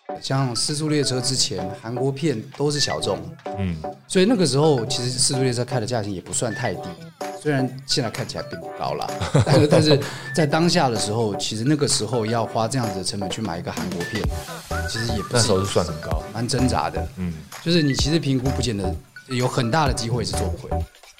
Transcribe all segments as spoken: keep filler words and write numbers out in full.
像《失速列车》之前，韩国片都是小众， 嗯， 所以那个时候其实《失速列车》开的价钱也不算太低，虽然现在看起来并不高啦，但是但是在当下的时候，其实那个时候要花这样子的成本去买一个韩国片，其实也不是那时候是算很高， 蛮挣扎的。嗯，就是你其实评估不见得有很大的机会是做不回。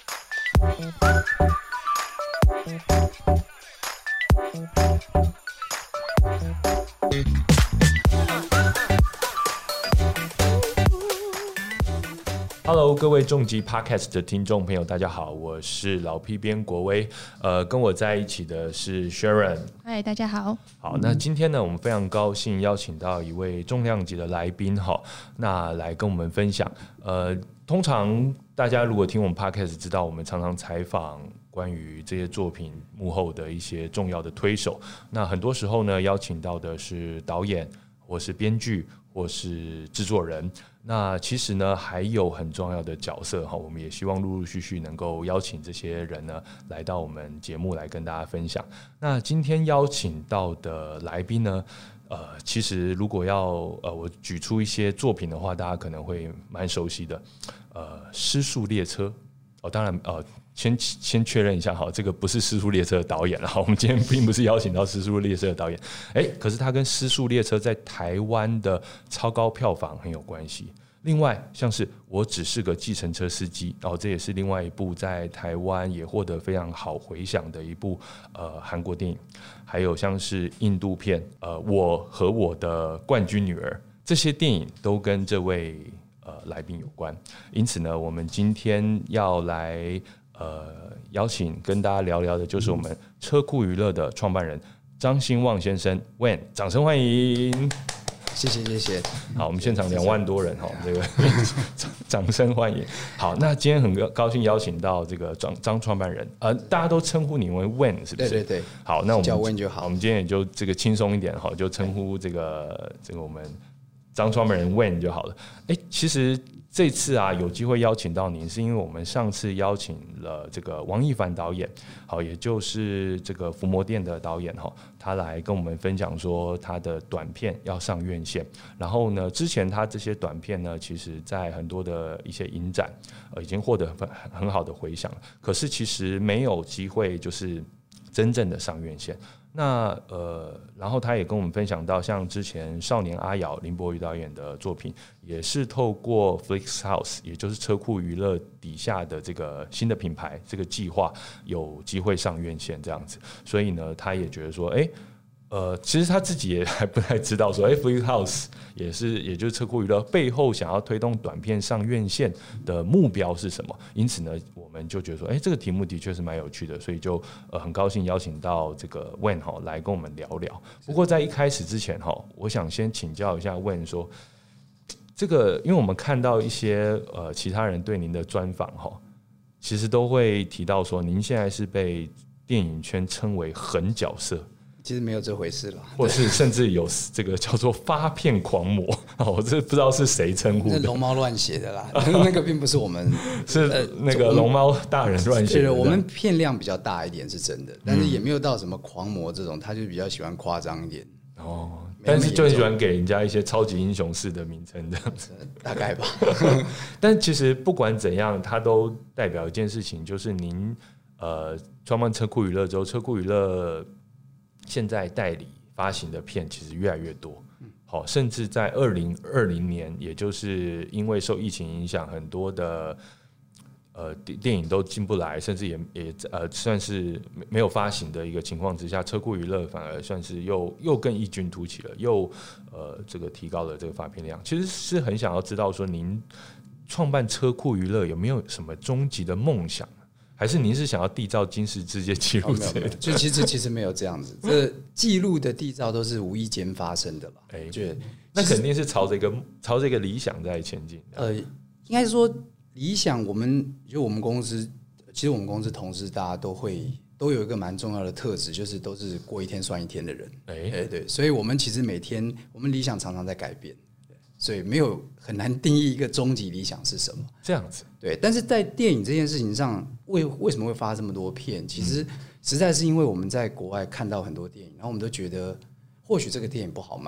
Hello， 各位重击 Podcast 的听众朋友，大家好，我是老 P 编国威，呃，跟我在一起的是 Sharon。 嗨，大家好。 好，那今天呢，我们非常高兴邀请到一位重量级的来宾哈，那来跟我们分享。呃，通常大家如果听我们 Podcast 知道，我们常常采访关于这些作品幕后的一些重要的推手。那很多时候呢，邀请到的是导演，或是编剧，或是制作人。那其实呢，还有很重要的角色哈，我们也希望陆陆续续能够邀请这些人呢来到我们节目来跟大家分享。那今天邀请到的来宾呢，呃，其实如果要呃我举出一些作品的话，大家可能会蛮熟悉的，呃，《失速列车》哦，当然呃。先先确认一下哈，这个不是《失速列车》的导演了。我们今天并不是邀请到《失速列车》的导演，哎，可是他跟《失速列车》在台湾的超高票房很有关系。另外，像是《我只是个计程车司机》，哦，这也是另外一部在台湾也获得非常好回响的一部呃韩国电影。还有像是印度片，呃，《我和我的冠军女儿》，这些电影都跟这位呃来宾有关。因此呢，我们今天要来。呃，邀请跟大家聊聊的就是我们车库娱乐的创办人张兴旺先生 Wen， 掌声欢迎！ 谢谢谢谢。 好，我们现场两万多人哈，这个掌声欢迎。好，那今天很高兴邀请到这个张张创办人，呃，大家都称呼你为 Wen 是不是？ 对对对。 好，那我们叫 Wen 就好。 我们今天也就这个轻松一点哈，就称呼这个这个我们张创办人 Wen 就好了。哎，其实。这次啊，有机会邀请到您，是因为我们上次邀请了这个王一凡导演，好，也就是这个伏魔殿的导演哈，他来跟我们分享说他的短片要上院线。然后呢，之前他这些短片呢，其实在很多的一些影展，呃，已经获得很很好的回响，可是其实没有机会就是真正的上院线。那呃，然后他也跟我们分享到，像之前少年阿瑶林柏宇导演的作品，也是透过 Flixhouse， 也就是车库娱乐底下的这个新的品牌这个计划，有机会上院线这样子。所以呢，他也觉得说，哎、欸。呃，其实他自己也还不太知道说，哎 ，Flixhouse 也是，也就是车库娱乐背后想要推动短片上院线的目标是什么？因此呢，我们就觉得说，哎，这个题目的确是蛮有趣的，所以就呃很高兴邀请到这个 Wen 哈来跟我们聊聊。不过在一开始之前哈，我想先请教一下 Wen 说，这个因为我们看到一些呃其他人对您的专访哈，其实都会提到说，您现在是被电影圈称为狠角色。 其实没有这回事了， 或是甚至有这个叫做发片狂魔，我这不知道是谁称呼的， 是龙猫乱写的啦，那个并不是我们， 是那个龙猫大人乱写的。 是我们片量比较大一点是真的，但是也没有到什么狂魔这种，他就比较喜欢夸张一点。 哦，但是就很喜欢给人家一些超级英雄式的名称这样子， 大概吧。 但其实不管怎样，它都代表一件事情，就是您呃创办车库娱乐之后，车库娱乐。现在代理发行的片其实越来越多，好，甚至在二零二零年，也就是因为受疫情影响，很多的呃电影都进不来，甚至也也呃算是没有发行的一个情况之下，车库娱乐反而算是又又更异军突起了，又呃这个提高了这个发片量。其实是很想要知道说，您创办车库娱乐有没有什么终极的梦想？还是您是想要缔造金氏世界纪录之类的？ 哦、就其实其实没有这样子，这纪录的缔造都是无意间发生的了。哎、欸，就那肯定是朝着一个朝着一个理想在前进。 呃，应该说理想，我们就我们公司，其实我们公司同事大家都会都有一个蛮重要的特质，就是都是过一天算一天的人。哎、欸欸，对，所以我们其实每天我们理想常常在改变。所以没有很难定义一个终极理想是什么， 这样子。 对，但是在电影这件事情上，为为什么会发这么多片？其实实在是因为我们在国外看到很多电影，然后我们都觉得或许这个电影不好卖，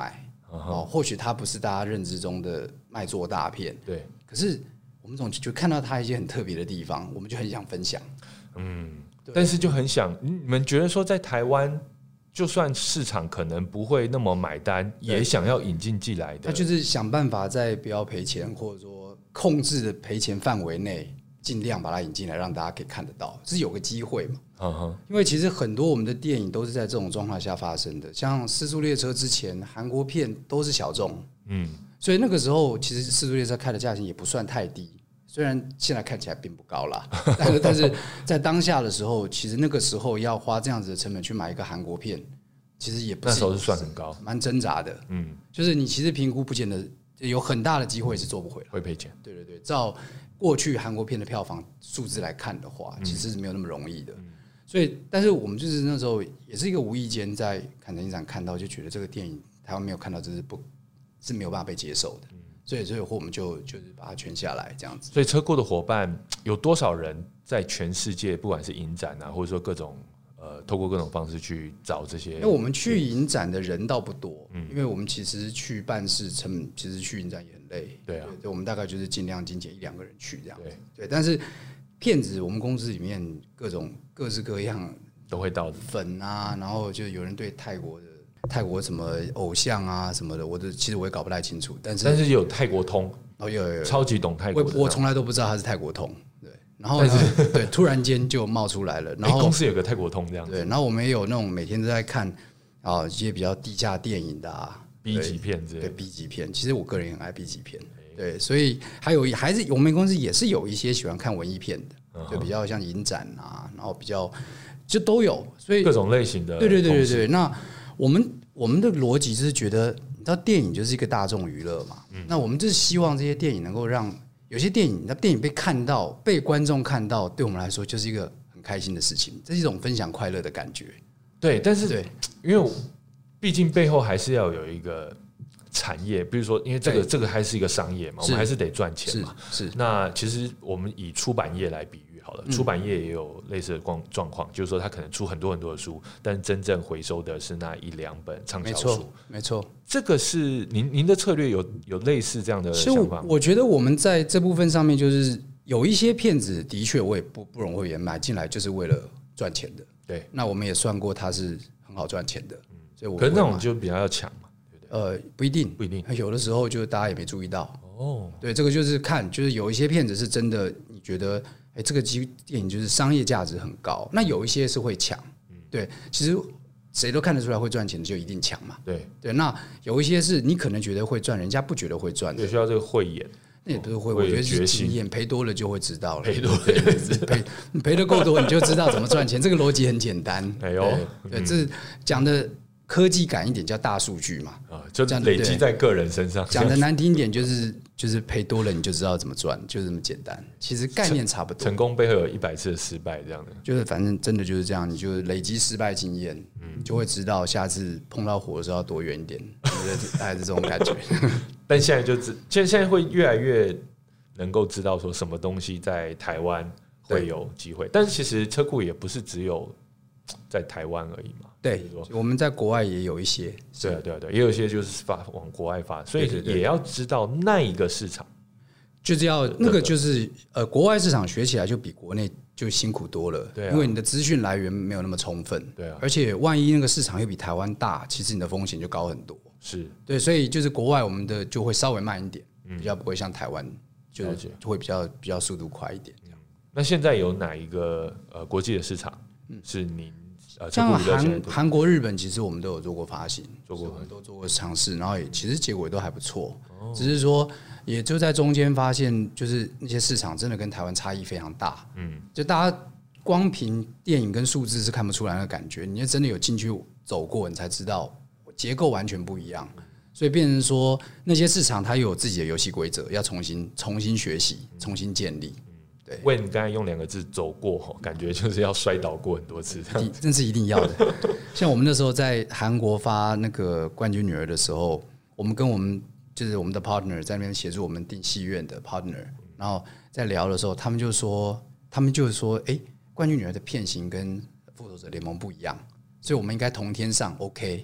哦，或许它不是大家认知中的卖座大片， 对， 可是我们总就看到它一些很特别的地方，我们就很想分享。 嗯，但是就很想，你们觉得说在台湾，就算市场可能不会那么买单，也想要引进进来的， 他就是想办法在不要赔钱，或者说控制的赔钱范围内，尽量把它引进来，让大家可以看得到，是有个机会嘛。Uh-huh. 因为其实很多我们的电影都是在这种状况下发生的，像《失速列车》之前，韩国片都是小众，嗯，所以那个时候其实《失速列车》开的价钱也不算太低，虽然现在看起来并不高啦，但是但是在当下的时候，其实那个时候要花这样子的成本去买一个韩国片，其实也不是那时候是算很高， 蛮挣扎的，嗯，就是你其实评估不见得有很大的机会是做不回来， 会赔钱， 对对对，照过去韩国片的票房数字来看的话，其实是没有那么容易的。嗯，所以，但是我们就是那时候也是一个无意间在坎城影展看到，就觉得这个电影台湾没有看到，这是不是没有办法被接受的。所以，所以我们就就是把它圈下来这样子。 所以，车库的伙伴有多少人在全世界，不管是影展啊，或者说各种呃，透过各种方式去找这些？ 因为我们去影展的人倒不多，嗯，因为我们其实去办事成本，其实去影展也很累。 对啊， 对，我们大概就是尽量精简一两个人去这样。对，对，但是片子我们公司里面各种各式各样都会到的粉啊，然后就有人对泰国的泰国什么偶像啊什么的，我的其实我也搞不太清楚，但是但是有泰国通哦，有有有， 超级懂泰国的， 我我从来都不知道他是泰国通，对，然后对，突然间就冒出来了，然后公司有个泰国通这样子， 对，然后我们也有那种每天都在看啊一些比较地下电影的啊 B 级片之类的， 对 B 级片，其实我个人也很爱 B 级片。对，所以还有还是我们公司也是有一些喜欢看文艺片的，就比较像影展啊，然后比较就都有，所以各种类型的。 对对对对对。那我们我们的逻辑就是觉得，你知道电影就是一个大众娱乐嘛，嗯、那我们就是希望这些电影能够让有些电影，那电影被看到，被观众看到，对我们来说就是一个很开心的事情，这是一种分享快乐的感觉。 对，但是对，因为毕竟背后还是要有一个产业，比如说，因为这个这个还是一个商业嘛，我们还是得赚钱嘛。 是。是那其实我们以出版业来比喻好了，嗯、出版业也有类似的状状况，就是说他可能出很多很多的书，但真正回收的是那一两本畅销书。 没错， 这个是您您的策略有有类似这样的想法吗？ 我觉得我们在这部分上面，就是有一些片子的确我也不不容会员买进来，就是为了赚钱的。 对， 那我们也算过它是很好赚钱的，嗯、所以我可是那种就比较要抢嘛。 呃，不一定， 不一定， 有的时候就大家也没注意到哦。对，这个就是看，就是有一些片子是真的，你觉得，哎，这个机电影就是商业价值很高。那有一些是会抢，嗯、对，其实谁都看得出来会赚钱的就一定抢嘛。 对对，那有一些是你可能觉得会赚，人家不觉得会赚的， 也需要这个慧眼。 那也不是会，我觉得是经验，赔多了就会知道了。 赔多了就知道， 赔赔的够多，你就知道怎么赚钱。这个逻辑很简单。 哎呦， 对，这讲的科技感一点叫大数据嘛， 啊，就累积在个人身上。 讲的难听一点就是就是赔多了你就知道怎么赚，就这么简单。其实概念差不多。 成功背后有一百次的失败，这样的。 就是反正真的就是这样，你就累积失败经验，嗯，就会知道下次碰到火的时候要躲远一点，大概是这种感觉。 但现在就知，现现在会越来越能够知道说什么东西在台湾会有机会，但是其实车库也不是只有在台湾而已嘛。 对，我们在国外也有一些， 对啊对啊对，也有一些就是发往国外发，所以也要知道那一个市场， 就是要那个就是呃，国外市场学起来就比国内就辛苦多了， 对啊， 因为你的资讯来源没有那么充分， 对啊， 而且万一那个市场又比台湾大，其实你的风险就高很多， 是对，所以就是国外我们的就会稍微慢一点，比较不会像台湾就会比较比较速度快一点这样。 那现在有哪一个呃国际的市场是您？ 像韩韩国、日本，其实我们都有做过发行， 做过我们都做过尝试，然后也其实结果也都还不错。哦、只是说，也就在中间发现，就是那些市场真的跟台湾差异非常大。嗯，就大家光凭电影跟数字是看不出来的感觉，你要真的有进去走过，你才知道结构完全不一样。所以变成说，那些市场它有自己的游戏规则，要重新重新学习、重新建立。 为你刚才用两个字走过，感觉就是要摔倒过很多次， 这是一定要的。像我们那时候在韩国发那个冠军女儿的时候，我们跟我们就是我们的 partner 在那边协助我们订戏院的 partner， 然后在聊的时候，他们就说，他们就是说，哎、欸，冠军女儿的片型跟复仇者联盟不一样，所以我们应该同天上 ，OK。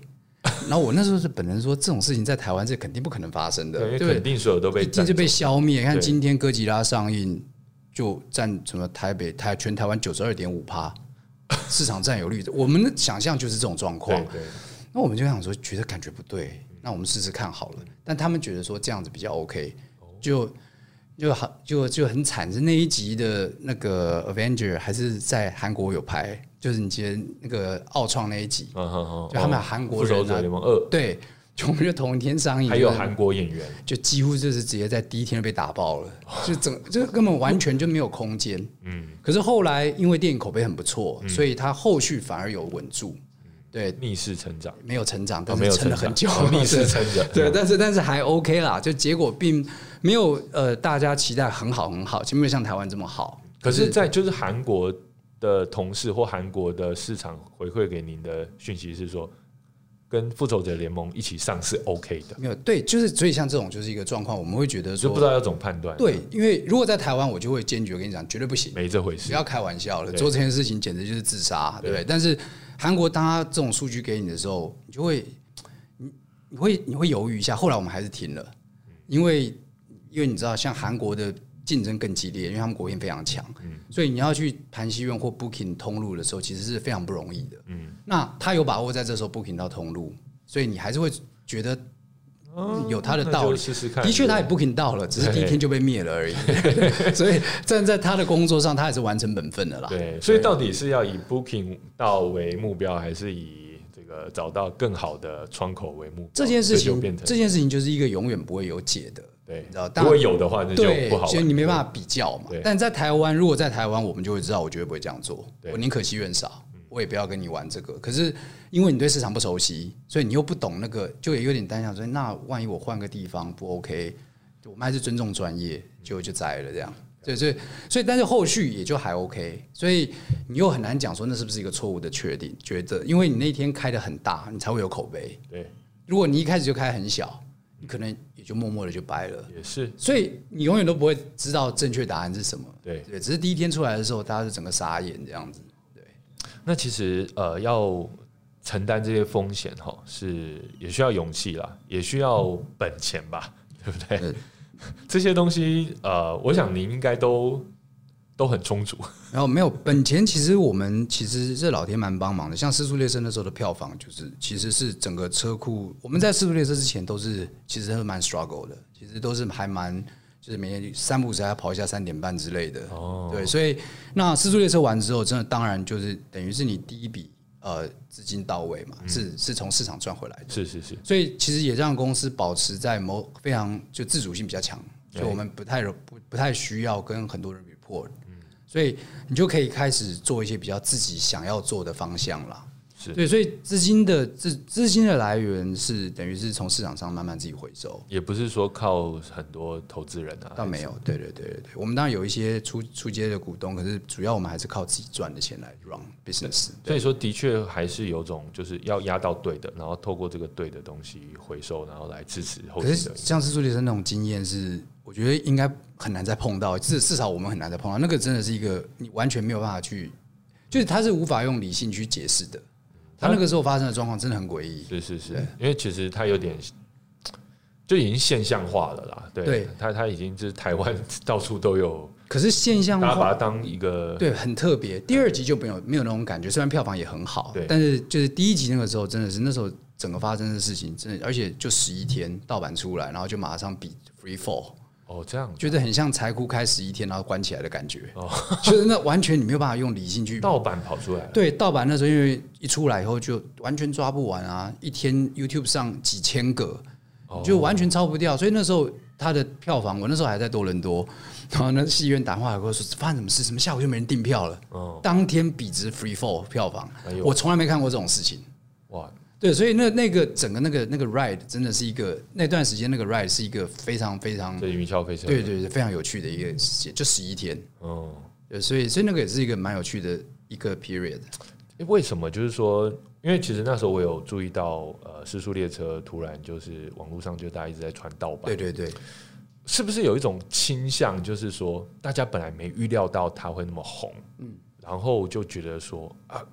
然后我那时候是本人说，这种事情在台湾是肯定不可能发生的， 对，肯定所有都被一定就被消灭。看今天哥吉拉上映，就占什么台北台全台湾九十二点五趴市场占有率，我们的想象就是这种状况。那我们就想说，觉得感觉不对，那我们试试看好了。但他们觉得说这样子比较 OK， 就就好就就很惨，是那一集的那个 Avenger 还是在韩国有拍。就是你记得那个奥创那一集， 嗯嗯嗯、 就他们韩国人、啊《 复仇者联盟二》， 对，就我们就同一天上映， 还有韩国演员， 就几乎就是直接在第一天就被打爆了，就整就根本完全就没有空间。嗯，可是后来因为电影口碑很不错，嗯、所以他后续反而有稳住。对， 逆势成长， 没有成长，但是撑了很久， 哦、逆势成长。 对，但是但是还 OK 啦，就结果并没有呃大家期待很好很好，就没有像台湾这么好。 可是，在就是韩国的同事或韩国的市场回馈给您的讯息是说，跟复仇者联盟一起上是 OK 的。 没有，对，就是所以像这种就是一个状况，我们会觉得说就不知道要怎么判断。 对，因为如果在台湾，我就会坚决跟你讲，绝对不行， 没这回事， 不要开玩笑了，做这件事情简直就是自杀，对不对？但是韩国当他这种数据给你的时候，你就会你你会你会犹豫一下。后来我们还是停了，因为因为你知道，像韩国的竞争更激烈，因为他们国营非常强，嗯、所以你要去盘西院或 Booking 通路的时候，其实是非常不容易的。嗯，那他有把握在这时候 Booking 到通路，所以你还是会觉得有他的道理。 试试看， 的确，他也 Booking 到了，只是第一天就被灭了而已。所以站在他的工作上，他也是完成本分的啦。 对，所以到底是要以 Booking 到为目标，还是以这个找到更好的窗口为目标？ 这件事情，这件事情就是一个永远不会有解的。 对， 你知道， 如果有的话，那就不好玩。 所以你没办法比较嘛。但在台湾，如果在台湾，我们就会知道，我绝对不会这样做。我宁可惜愿少，我也不要跟你玩这个。可是因为你对市场不熟悉，所以你又不懂那个，就也有点担心说，那万一我换个地方不 OK， 我们还是尊重专业，就就栽了这样。对，所以所以但是后续也就还 OK， 所以你又很难讲说那是不是一个错误的确定觉得，因为你那天开的很大，你才会有口碑。 对， 如果你一开始就开很小，你可能也就默默的就掰了。 也是， 所以你永远都不会知道正确答案是什么。 对对，只是第一天出来的时候，大家是整个傻眼这样子。对， 那其实呃要承担这些风险哈，是也需要勇气啦，也需要本钱吧，对不对？这些东西呃，我想您应该都都很充足。 然后没有本钱，其实我们其实这老天蛮帮忙的。像《失速列车》那时候的票房，就是其实是整个车库，我们在《失速列车》之前都是其实都是蛮 struggle 的，其实都是还蛮就是每天三不五时还要跑一下三点半之类的。哦，对，所以那《失速列车》完之后，真的当然就是等于是你第一笔呃资金到位嘛，嗯、是是从市场赚回来的。 是是是， 所以其实也让公司保持在某非常就自主性比较强，所以我们不太不不太需要跟很多人 report。所以你就可以开始做一些比较自己想要做的方向啦。对，所以资金的资资金的来源是等于是从市场上慢慢自己回收， 也不是说靠很多投资人啊， 倒没有。对对对对对，我们当然有一些出出街的股东，可是主要我们还是靠自己赚的钱来 run business。 所以说，的确还是有种就是要压到对的，然后透过这个对的东西回收，然后来支持后续的。 可是像是苏立生那种经验是，我觉得应该很难再碰到，至至少我们很难再碰到。那个真的是一个你完全没有办法去，就是它是无法用理性去解释的。他那个时候发生的状况真的很诡异， 是是是，因为其实他有点就已经现象化了啦。对，对他他已经就是台湾到处都有， 可是现象化， 大家把它当一个对很特别。第二集就没有没有那种感觉，虽然票房也很好，但是就是第一集那个时候真的是那时候整个发生的事情，真的而且就十一天盗版出来，然后就马上比 free fall。 哦，这样觉得很像财库开十一天然后关起来的感觉，哦，就是那完全你没有办法用理性去盗版跑出来了。 对，盗版那时候因为一出来以后就完全抓不完啊，一天 YouTube 上几千个，就完全超不掉。所以那时候它的票房，我那时候还在多伦多，然后那戏院打电话来跟我说发生什么事，什么下午就没人订票了，哦，当天比值 free fall 票房，哎，我从来没看过这种事情，哇！对，所以那那个整个那个那个 ride 真的是一个那段时间那个 ride 是一个非常非常对云霄飞车， 对对对，非常有趣的一个时间，就十一天哦，对，所以所以那个也是一个蛮有趣的一个 period。 为什么？就是说，因为其实那时候我有注意到，呃，失速列车突然就是网络上就大家一直在传盗版， 对对对， 是不是有一种倾向，就是说大家本来没预料到它会那么红，嗯，然后就觉得说啊。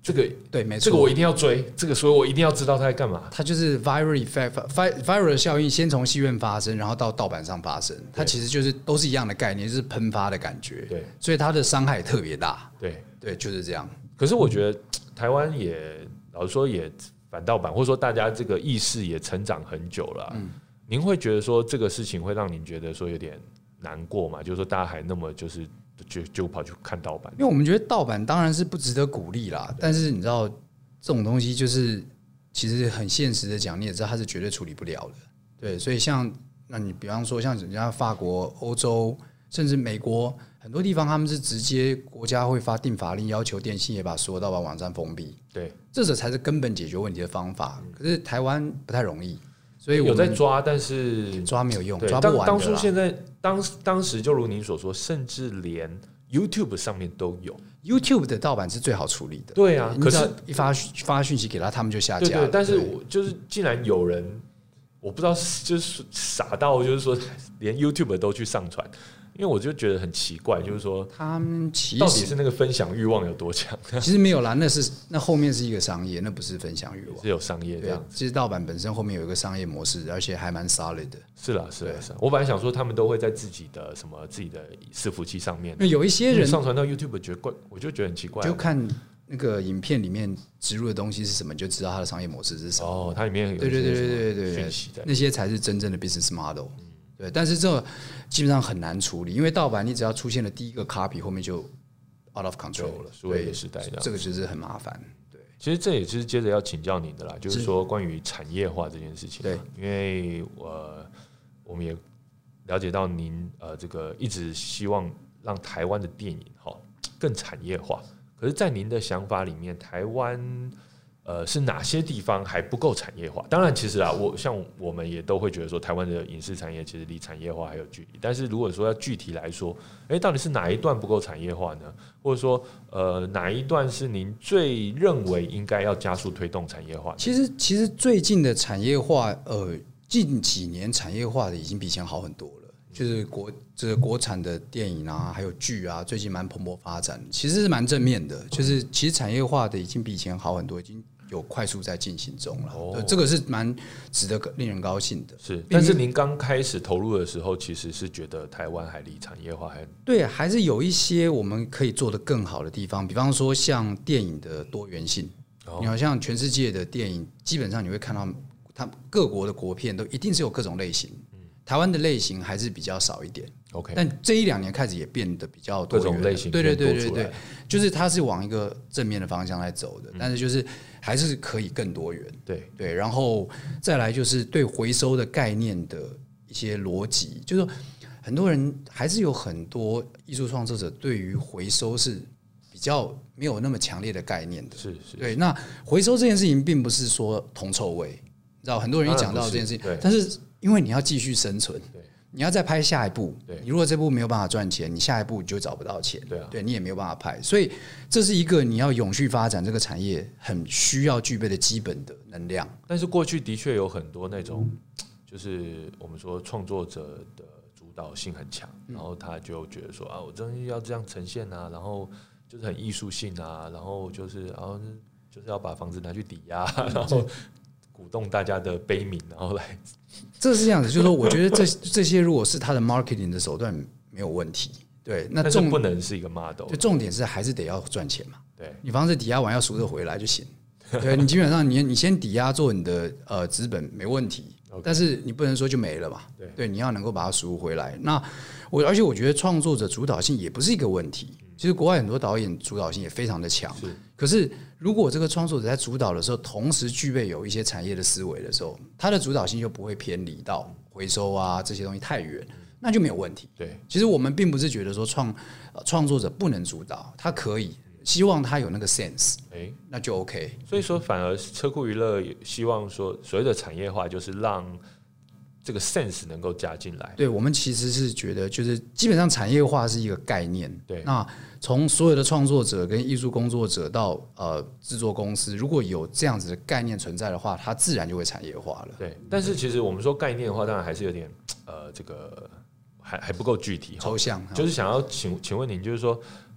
这个对，没错， 这个我一定要追，这个所以我一定要知道他在干嘛。 它就是 viral effect，viral 的效应先从戏院发生，然后到盗版上发生，它其实就是都是一样的概念，就是喷发的感觉。对，所以它的伤害特别大。 对对，就是这样。 可是我觉得台湾也老实说也反盗版，或者说大家这个意识也成长很久了、啊。嗯，您会觉得说这个事情会让您觉得说有点难过嘛？就是说大家还那么就是就就跑去看盗版， 因为我们觉得盗版当然是不值得鼓励啦。但是你知道这种东西就是其实很现实的讲，你也知道它是绝对处理不了的。对，所以像那你比方说像人家法国、欧洲甚至美国很多地方，他们是直接国家会发定法令，要求电信业把所有盗版网站封闭。 对， 这才是根本解决问题的方法。可是台湾不太容易。所以我有在抓，但是抓没有用，抓不完的啦。 当初现在当当时就如您所说，甚至连 YouTube 上面都有 YouTube 的盗版是最好处理的。 对啊，可是一发发讯息给他，他们就下架了。 对对，但是我就是竟然有人，我不知道就是傻到就是说连 YouTube 都去上传。因为我就觉得很奇怪，就是说他们其实到底是那个分享欲望有多强？ 其实没有啦，那是那后面是一个商业，那不是分享欲望， 是有商业这样。 其实盗版本身后面有一个商业模式，而且还蛮 solid 的。 是啦，是啦，是啦。我本来想说他们都会在自己的什么自己的伺服器上面， 有一些人上传到 YouTube 觉得怪，我就觉得很奇怪。 就看那个影片里面植入的东西是什么，就知道它的商业模式是什么。 哦，它里面有对对对对对对，那些才是真正的 business model。对，但是这基本上很难处理，因为盗版你只要出现了第一个 copy， 后面就 out of control 了。 数位的时代这样， 这个就是很麻烦。对， 其实这也是接着要请教您的啦，就是说关于产业化这件事情。 对， 因为呃，我们也了解到您呃这个一直希望让台湾的电影哈更产业化，可是，在您的想法里面，台湾呃，是哪些地方还不够产业化？当然，其实啊，我像我们也都会觉得说，台湾的影视产业其实离产业化还有距离。但是如果说要具体来说，哎，到底是哪一段不够产业化呢？或者说，呃，哪一段是您最认为应该要加速推动产业化？ 其实，其实最近的产业化，呃，近几年产业化的已经比以前好很多了。就是国这个国产的电影啊，还有剧啊，最近蛮蓬勃发展，其实是蛮正面的。就是其实产业化的已经比以前好很多，已经有快速在进行中了。哦，这个是蛮值得令人高兴的。 是，但是您刚开始投入的时候，其实是觉得台湾还离产业化还对，还是有一些我们可以做得更好的地方。比方说像电影的多元性，哦，你好像全世界的电影，基本上你会看到，它各国的国片都一定是有各种类型。台湾的类型还是比较少一点 ，OK， 但这一两年开始也变得比较多元， 各种类型， 对对对对对，就是它是往一个正面的方向来走的，嗯，但是就是还是可以更多元， 对对，然后再来就是对回收的概念的一些逻辑，就是说很多人还是有很多艺术创作者对于回收是比较没有那么强烈的概念的， 是是， 对，那回收这件事情并不是说铜臭味，你知道很多人一讲到这件事情，但是因为你要继续生存，你要再拍下一部，你如果这部没有办法赚钱，你下一部就找不到钱，对啊，对你也没有办法拍，所以这是一个你要永续发展这个产业很需要具备的基本的能量。 但是过去的确有很多那种，就是我们说创作者的主导性很强，然后他就觉得说啊，我真的要这样呈现啊，然后就是很艺术性啊，然后就是然后就是要把房子拿去抵押，然后鼓动大家的悲悯，然后来， 这是这样子，就是说，我觉得这这些如果是他的 marketing 的手段没有问题，对，那重不能是一个 model， 就重点是还是得要赚钱嘛， 对， 你房子抵押完要赎得回来就行，对你基本上你你先抵押做你的呃资本没问题， okay， 但是你不能说就没了嘛，对，对，你要能够把它赎回来。那我而且我觉得创作者主导性也不是一个问题。其实国外很多导演主导性也非常的强，可是如果这个创作者在主导的时候，同时具备有一些产业的思维的时候，他的主导性就不会偏离到回收啊这些东西太远，那就没有问题。对，其实我们并不是觉得说创创作者不能主导，他可以，希望他有那个 sense， 欸，那就 OK。 所以说，反而车库娱乐希望说，所谓的产业化就是让这个 sense 能够加进来。 对，我们其实是觉得，就是基本上产业化是一个概念。对，那从所有的创作者跟艺术工作者到呃制作公司，如果有这样子的概念存在的话，它自然就会产业化了。 对，但是其实我们说概念的话，当然还是有点呃这个还还不够具体， 抽象。 就是想要请请问您，就是说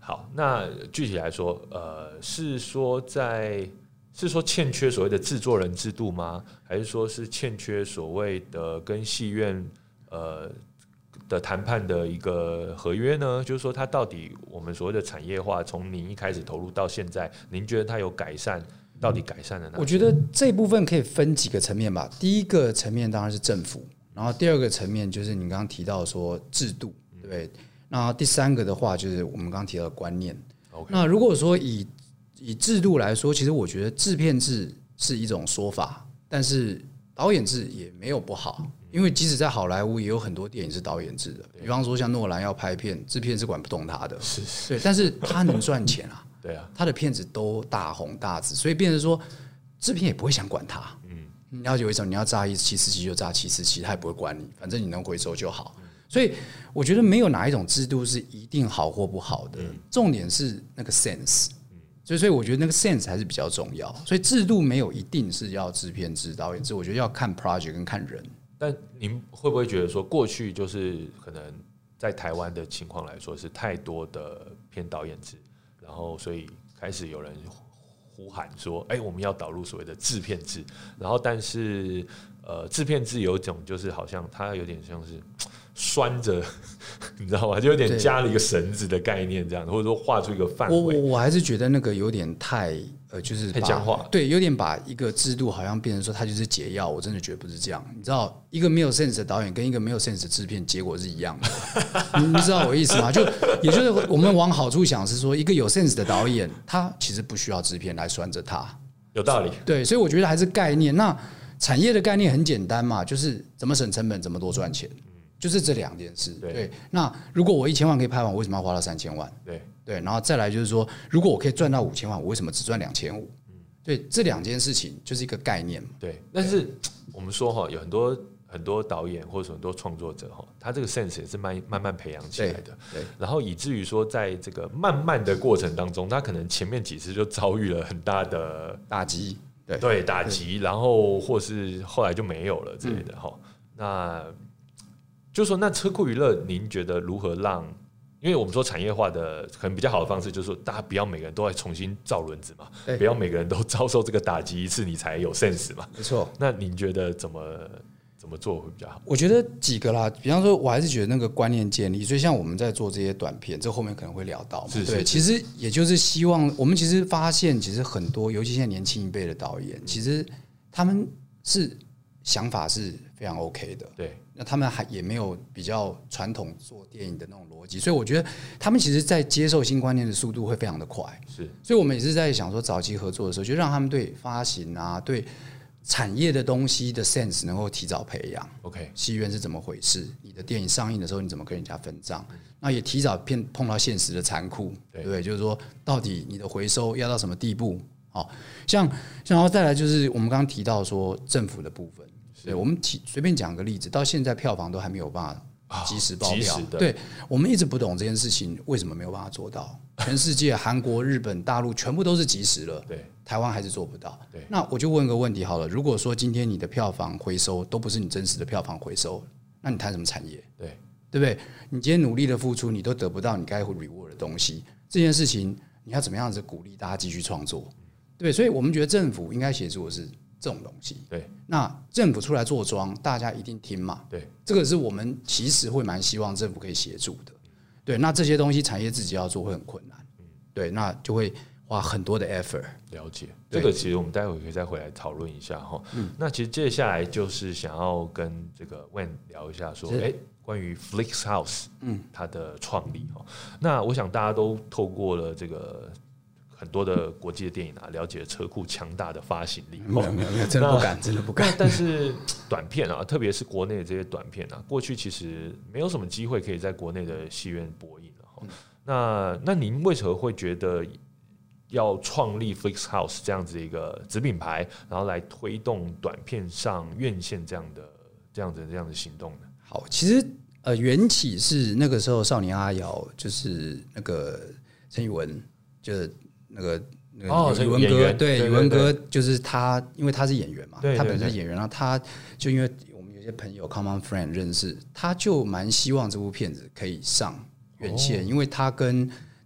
好，那具体来说，呃，是说在是说欠缺所谓的制作人制度吗？还是说是欠缺所谓的跟戏院呃的谈判的一个合约呢？就是说，它到底我们所谓的产业化，从您一开始投入到现在，您觉得它有改善？到底改善了哪？ 我觉得这部分可以分几个层面吧。第一个层面当然是政府，然后第二个层面就是你刚刚提到说制度，对不对？那第三个的话就是我们刚刚提到的观念。Okay. 那如果说以以制度来说，其实我觉得制片制是一种说法，但是导演制也没有不好，因为即使在好莱坞也有很多电影是导演制的，比方说像诺兰要拍片，制片是管不动他的， 是是对，但是他能赚钱啊。 对啊， 他的片子都大红大紫，所以变成说制片也不会想管他。嗯，你要有一种你要炸一七四七就炸七四七，他也不会管你，反正你能回收就好。所以我觉得没有哪一种制度是一定好或不好的，重点是那个 sense。所以，所以我觉得那个 sense 还是比较重要。所以制度没有一定是要制片制、导演制，我觉得要看 project 跟看人。 但您会不会觉得说，过去就是可能在台湾的情况来说，是太多的偏导演制？然后，所以开始有人呼喊说：“哎、欸，我们要导入所谓的制片制。”然后，但是，呃，制片制有一种就是好像它有点像是拴着，你知道吗？就有点加了一个绳子的概念，这样，或者说画出一个范围。 我我还是觉得那个有点太呃，就是太僵化， 对，有点把一个制度好像变成说它就是解药。我真的觉得不是这样。你知道，一个没有 sense 的导演跟一个没有 sense 的制片，结果是一样的。你知道我意思吗？就也就是我们往好处想，是说一个有 sense 的导演，他其实不需要制片来拴着他。 有道理。 对，所以我觉得还是概念。那产业的概念很简单嘛，就是怎么省成本，怎么多赚钱。就是这两件事。 对， 对，那如果我一千万可以拍完，我为什么要花到三千万？ 对对，然后再来就是说，如果我可以赚到五千万，我为什么只赚两千五？对，这两件事情就是一个概念嘛。 对，但是我们说哈，有很多很多导演或者很多创作者哈，他这个 sense 也是慢慢慢培养起来的。 对，对， 然后以至于说，在这个慢慢的过程当中，他可能前面几次就遭遇了很大的打击，对对打击，然后或是后来就没有了之类的哈、嗯。那就说那车库娱乐，您觉得如何让？因为我们说产业化的可能比较好的方式，就是说大家不要每个人都要重新造轮子嘛，不要每个人都遭受这个打击一次，你才有 sense 嘛。 没错。 那您觉得怎么怎么做会比较好？ 我觉得几个啦，比方说，我还是觉得那个观念建立。所以像我们在做这些短片，这后面可能会聊到嘛。 是是是对，其实也就是希望我们其实发现，其实很多，尤其现在年轻一辈的导演，其实他们是想法是非常 OK 的。 对。 那他们还也没有比较传统做电影的那种逻辑，所以我觉得他们其实在接受新观念的速度会非常的快。 是， 所以我们也是在想说，早期合作的时候，就让他们对发行啊、对产业的东西的 sense 能够提早培养。 OK， 戏院是怎么回事？你的电影上映的时候，你怎么跟人家分账？那也提早碰碰到现实的残酷，对不对？就是说，到底你的回收要到什么地步？好，像然后再来就是我们刚刚提到说政府的部分。对，我们随便讲个例子，到现在票房都还没有办法及时爆票。 哦、 对，我们一直不懂这件事情为什么没有办法做到。全世界，韩国、日本、大陆全部都是及时了， 对， 台湾还是做不到。 对， 那我就问个问题好了，如果说今天你的票房回收都不是你真实的票房回收，那你谈什么产业？ 对， 对不对？你今天努力的付出，你都得不到你该 reward 的东西，这件事情你要怎么样子鼓励大家继续创作？对，所以我们觉得政府应该协助的是这种东西。 对， 那政府出来做庄，大家一定听嘛。 对， 这个是我们其实会蛮希望政府可以协助的。对，那这些东西产业自己要做会很困难。对，那就会花很多的 effort。 了解，这个其实我们待会可以再回来讨论一下哈。嗯，那其实接下来就是想要跟这个 Wen 聊一下说，哎，关于 Flixhouse 嗯它的创立哈。那我想大家都透过了这个很多的国际的电影啊，了解车库强大的发行力。 没有没有没有，真的不敢，真的不敢。 但是短片啊，特别是国内的这些短片啊，过去其实没有什么机会可以在国内的戏院播映了哈。嗯那那您为何会觉得要创立 Flixhouse 这样子一个子品牌，然后来推动短片上院线这样的这样的这样的行动呢？ 好，其实呃缘起是那个时候少年阿瑶就是那个陈宇文，就是那个那个宇文哥，对宇文哥就是他，因为他是演员嘛，他本身是演员，然后他就因为我们有些朋友 common friend 认识，他就蛮希望这部片子可以上院线，因为他跟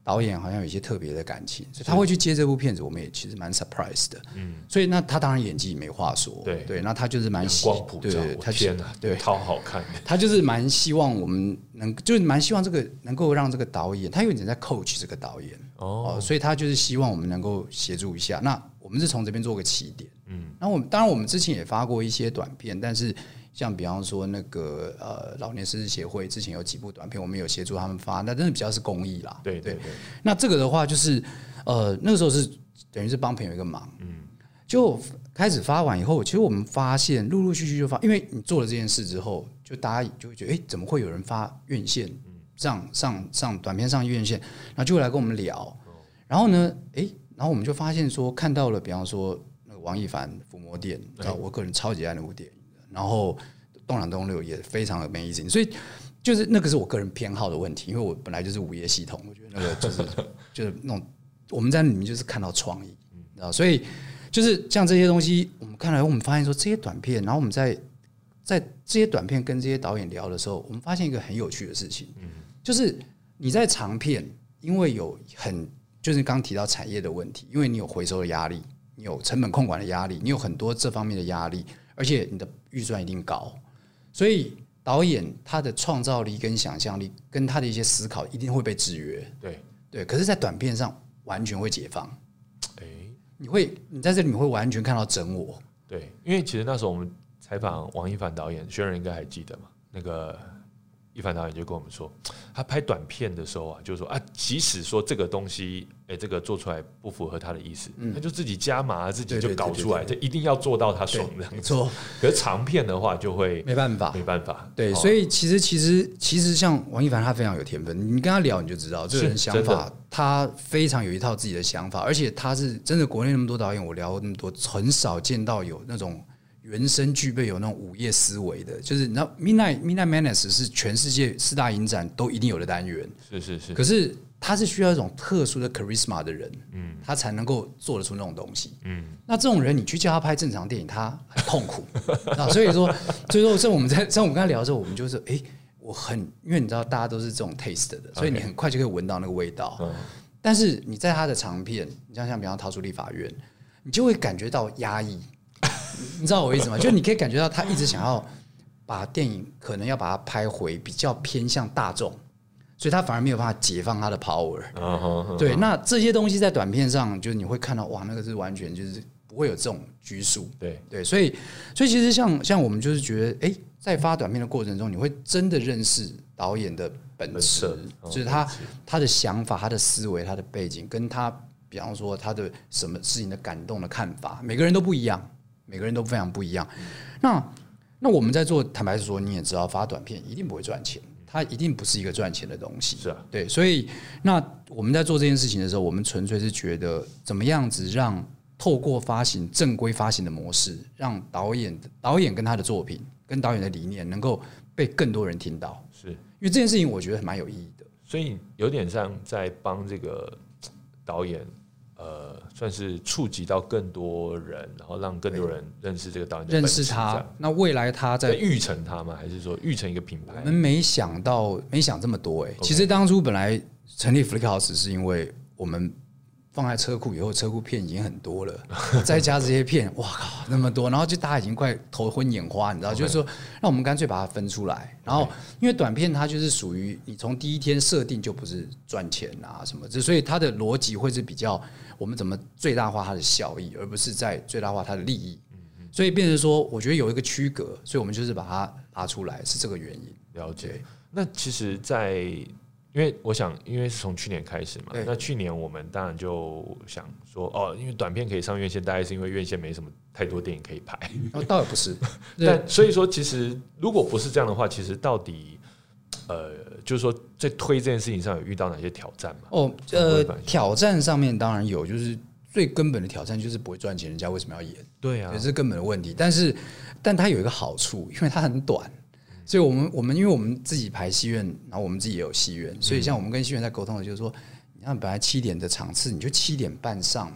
导演好像有一些特别的感情，所以他会去接这部片子，我们也其实蛮 surprise 的。嗯，所以那他当然演技没话说， 对对，那他就是蛮希光普照， 对， 他天哪，对，超好看的。 他就是蛮希望我们能，就是蛮希望这个能够让这个导演，他有点在 coach 这个导演哦，所以他就是希望我们能够协助一下。那我们是从这边做个起点，嗯，那我们当然我们之前也发过一些短片，但是。像比方说那个呃老年失智协会之前有几部短片，我们有协助他们发，那真的比较是公益啦。 对对 对, 对。 那这个的话就是呃那个时候是等于是帮朋友一个忙，嗯，就开始发完以后，其实我们发现陆陆续续就发，因为你做了这件事之后，就大家就会觉得，哎、欸，怎么会有人发院线上上上短片上院线，然后就会来跟我们聊，然后呢，哎、欸，然后我们就发现说看到了，比方说那个王一凡《伏魔殿》，你知道我个人超级爱那部电影。然后东两东六也非常 amazing， 所以就是那个是我个人偏好的问题，因为我本来就是午夜系统，我觉得那个就是就是那种我们在里面就是看到创意，你知道，所以就是像这些东西，我们看来我们发现说这些短片，然后我们在在这些短片跟这些导演聊的时候，我们发现一个很有趣的事情，就是你在长片，因为有很就是刚提到产业的问题，因为你有回收的压力，你有成本控管的压力，你有很多这方面的压力。而且你的预算一定高，所以导演他的创造力跟想象力跟他的一些思考一定会被制约。 对对，可是，在短片上完全会解放。哎、欸，你会你在这里面会完全看到真我。 对，因为其实那时候我们采访王一凡导演，轩仁应该还记得嘛？那个一凡导演就跟我们说，他拍短片的时候啊，就是说啊，即使说这个东西，哎、欸，这个做出来不符合他的意思，嗯、他就自己加码，自己就搞出来，就一定要做到他爽这样子。没错。可是长片的话，就会没办法， 没办法。 对，哦、所以其实其实其实像王一凡，他非常有天分，你跟他聊你就知道，这个人想法，他非常有一套自己的想法，而且他是真的国内那么多导演，我聊那么多，很少见到有那种。原生具备有那种午夜思维的，就是你知道 Midnight Midnight Madness 是全世界四大影展都一定有的单元， 是是是。 可是他是需要一种特殊的 charisma 的人，嗯，他才能够做得出那种东西，嗯。那这种人你去叫他拍正常电影，他很痛苦，啊，所以说，所以说，像我们在像我们刚才聊的时候，我们就是，哎、欸，我很因为你知道大家都是这种 taste 的，所以你很快就可以闻到那个味道。Okay. 但是你在他的长片，你像像比方逃出立法院，你就会感觉到压抑。你知道我意思吗？就是你可以感觉到他一直想要把电影可能要把它拍回比较偏向大众，所以他反而没有办法解放他的 power。Uh-huh, 对，那这些东西在短片上，就是你会看到哇，那个是完全就是不会有这种拘束。 对对，所以所以其实像像我们就是觉得，哎、欸，在发短片的过程中，你会真的认识导演的本质，就是他他的想法、他的思维、他的背景，跟他比方说他的什么事情的感动的看法，每个人都不一样。每个人都非常不一样，那那我们在做，坦白说，你也知道，发短片一定不会赚钱，它一定不是一个赚钱的东西。 是啊， 对，所以那我们在做这件事情的时候，我们纯粹是觉得怎么样子让透过发行正规发行的模式，让导演导演跟他的作品跟导演的理念能够被更多人听到。 是因为这件事情，我觉得蛮有意义的。 所以有点像在帮这个导演。呃，算是触及到更多人，然后让更多人认识这个导演的本质，认识他。 那未来他在育成他吗？还是说育成一个品牌？ 我们没想到，没想这么多哎、欸。Okay. 其实当初本来成立 Flick House 是因为我们放在车库以后，车库片已经很多了，再加这些片，哇靠，那么多，然后就大家已经快头昏眼花，你知道， okay. 就是说，那我们干脆把它分出来。然后，因为短片它就是属于你从第一天设定就不是赚钱啊什么，所以它的逻辑会是比较。我们怎么最大化它的效益，而不是在最大化它的利益，所以变成说，我觉得有一个区隔，所以我们就是把它拉出来，是这个原因。 了解。那其实在，在因为我想，因为是从去年开始嘛，那去年我们当然就想说，哦，因为短片可以上院线，大概是因为院线没什么太多电影可以拍。 哦，倒也不是。 但所以说，其实如果不是这样的话，其实到底。呃，就是说，在推这件事情上有遇到哪些挑战吗？ 哦，呃，挑战上面当然有，就是最根本的挑战就是不会赚钱，人家为什么要演？ 对啊， 这是根本的问题。但是，但它有一个好处，因为它很短，所以我们我们因为我们自己排戏院，然后我们自己也有戏院，所以像我们跟戏院在沟通的，就是说，你看本来七点的场次，你就七点半上嘛。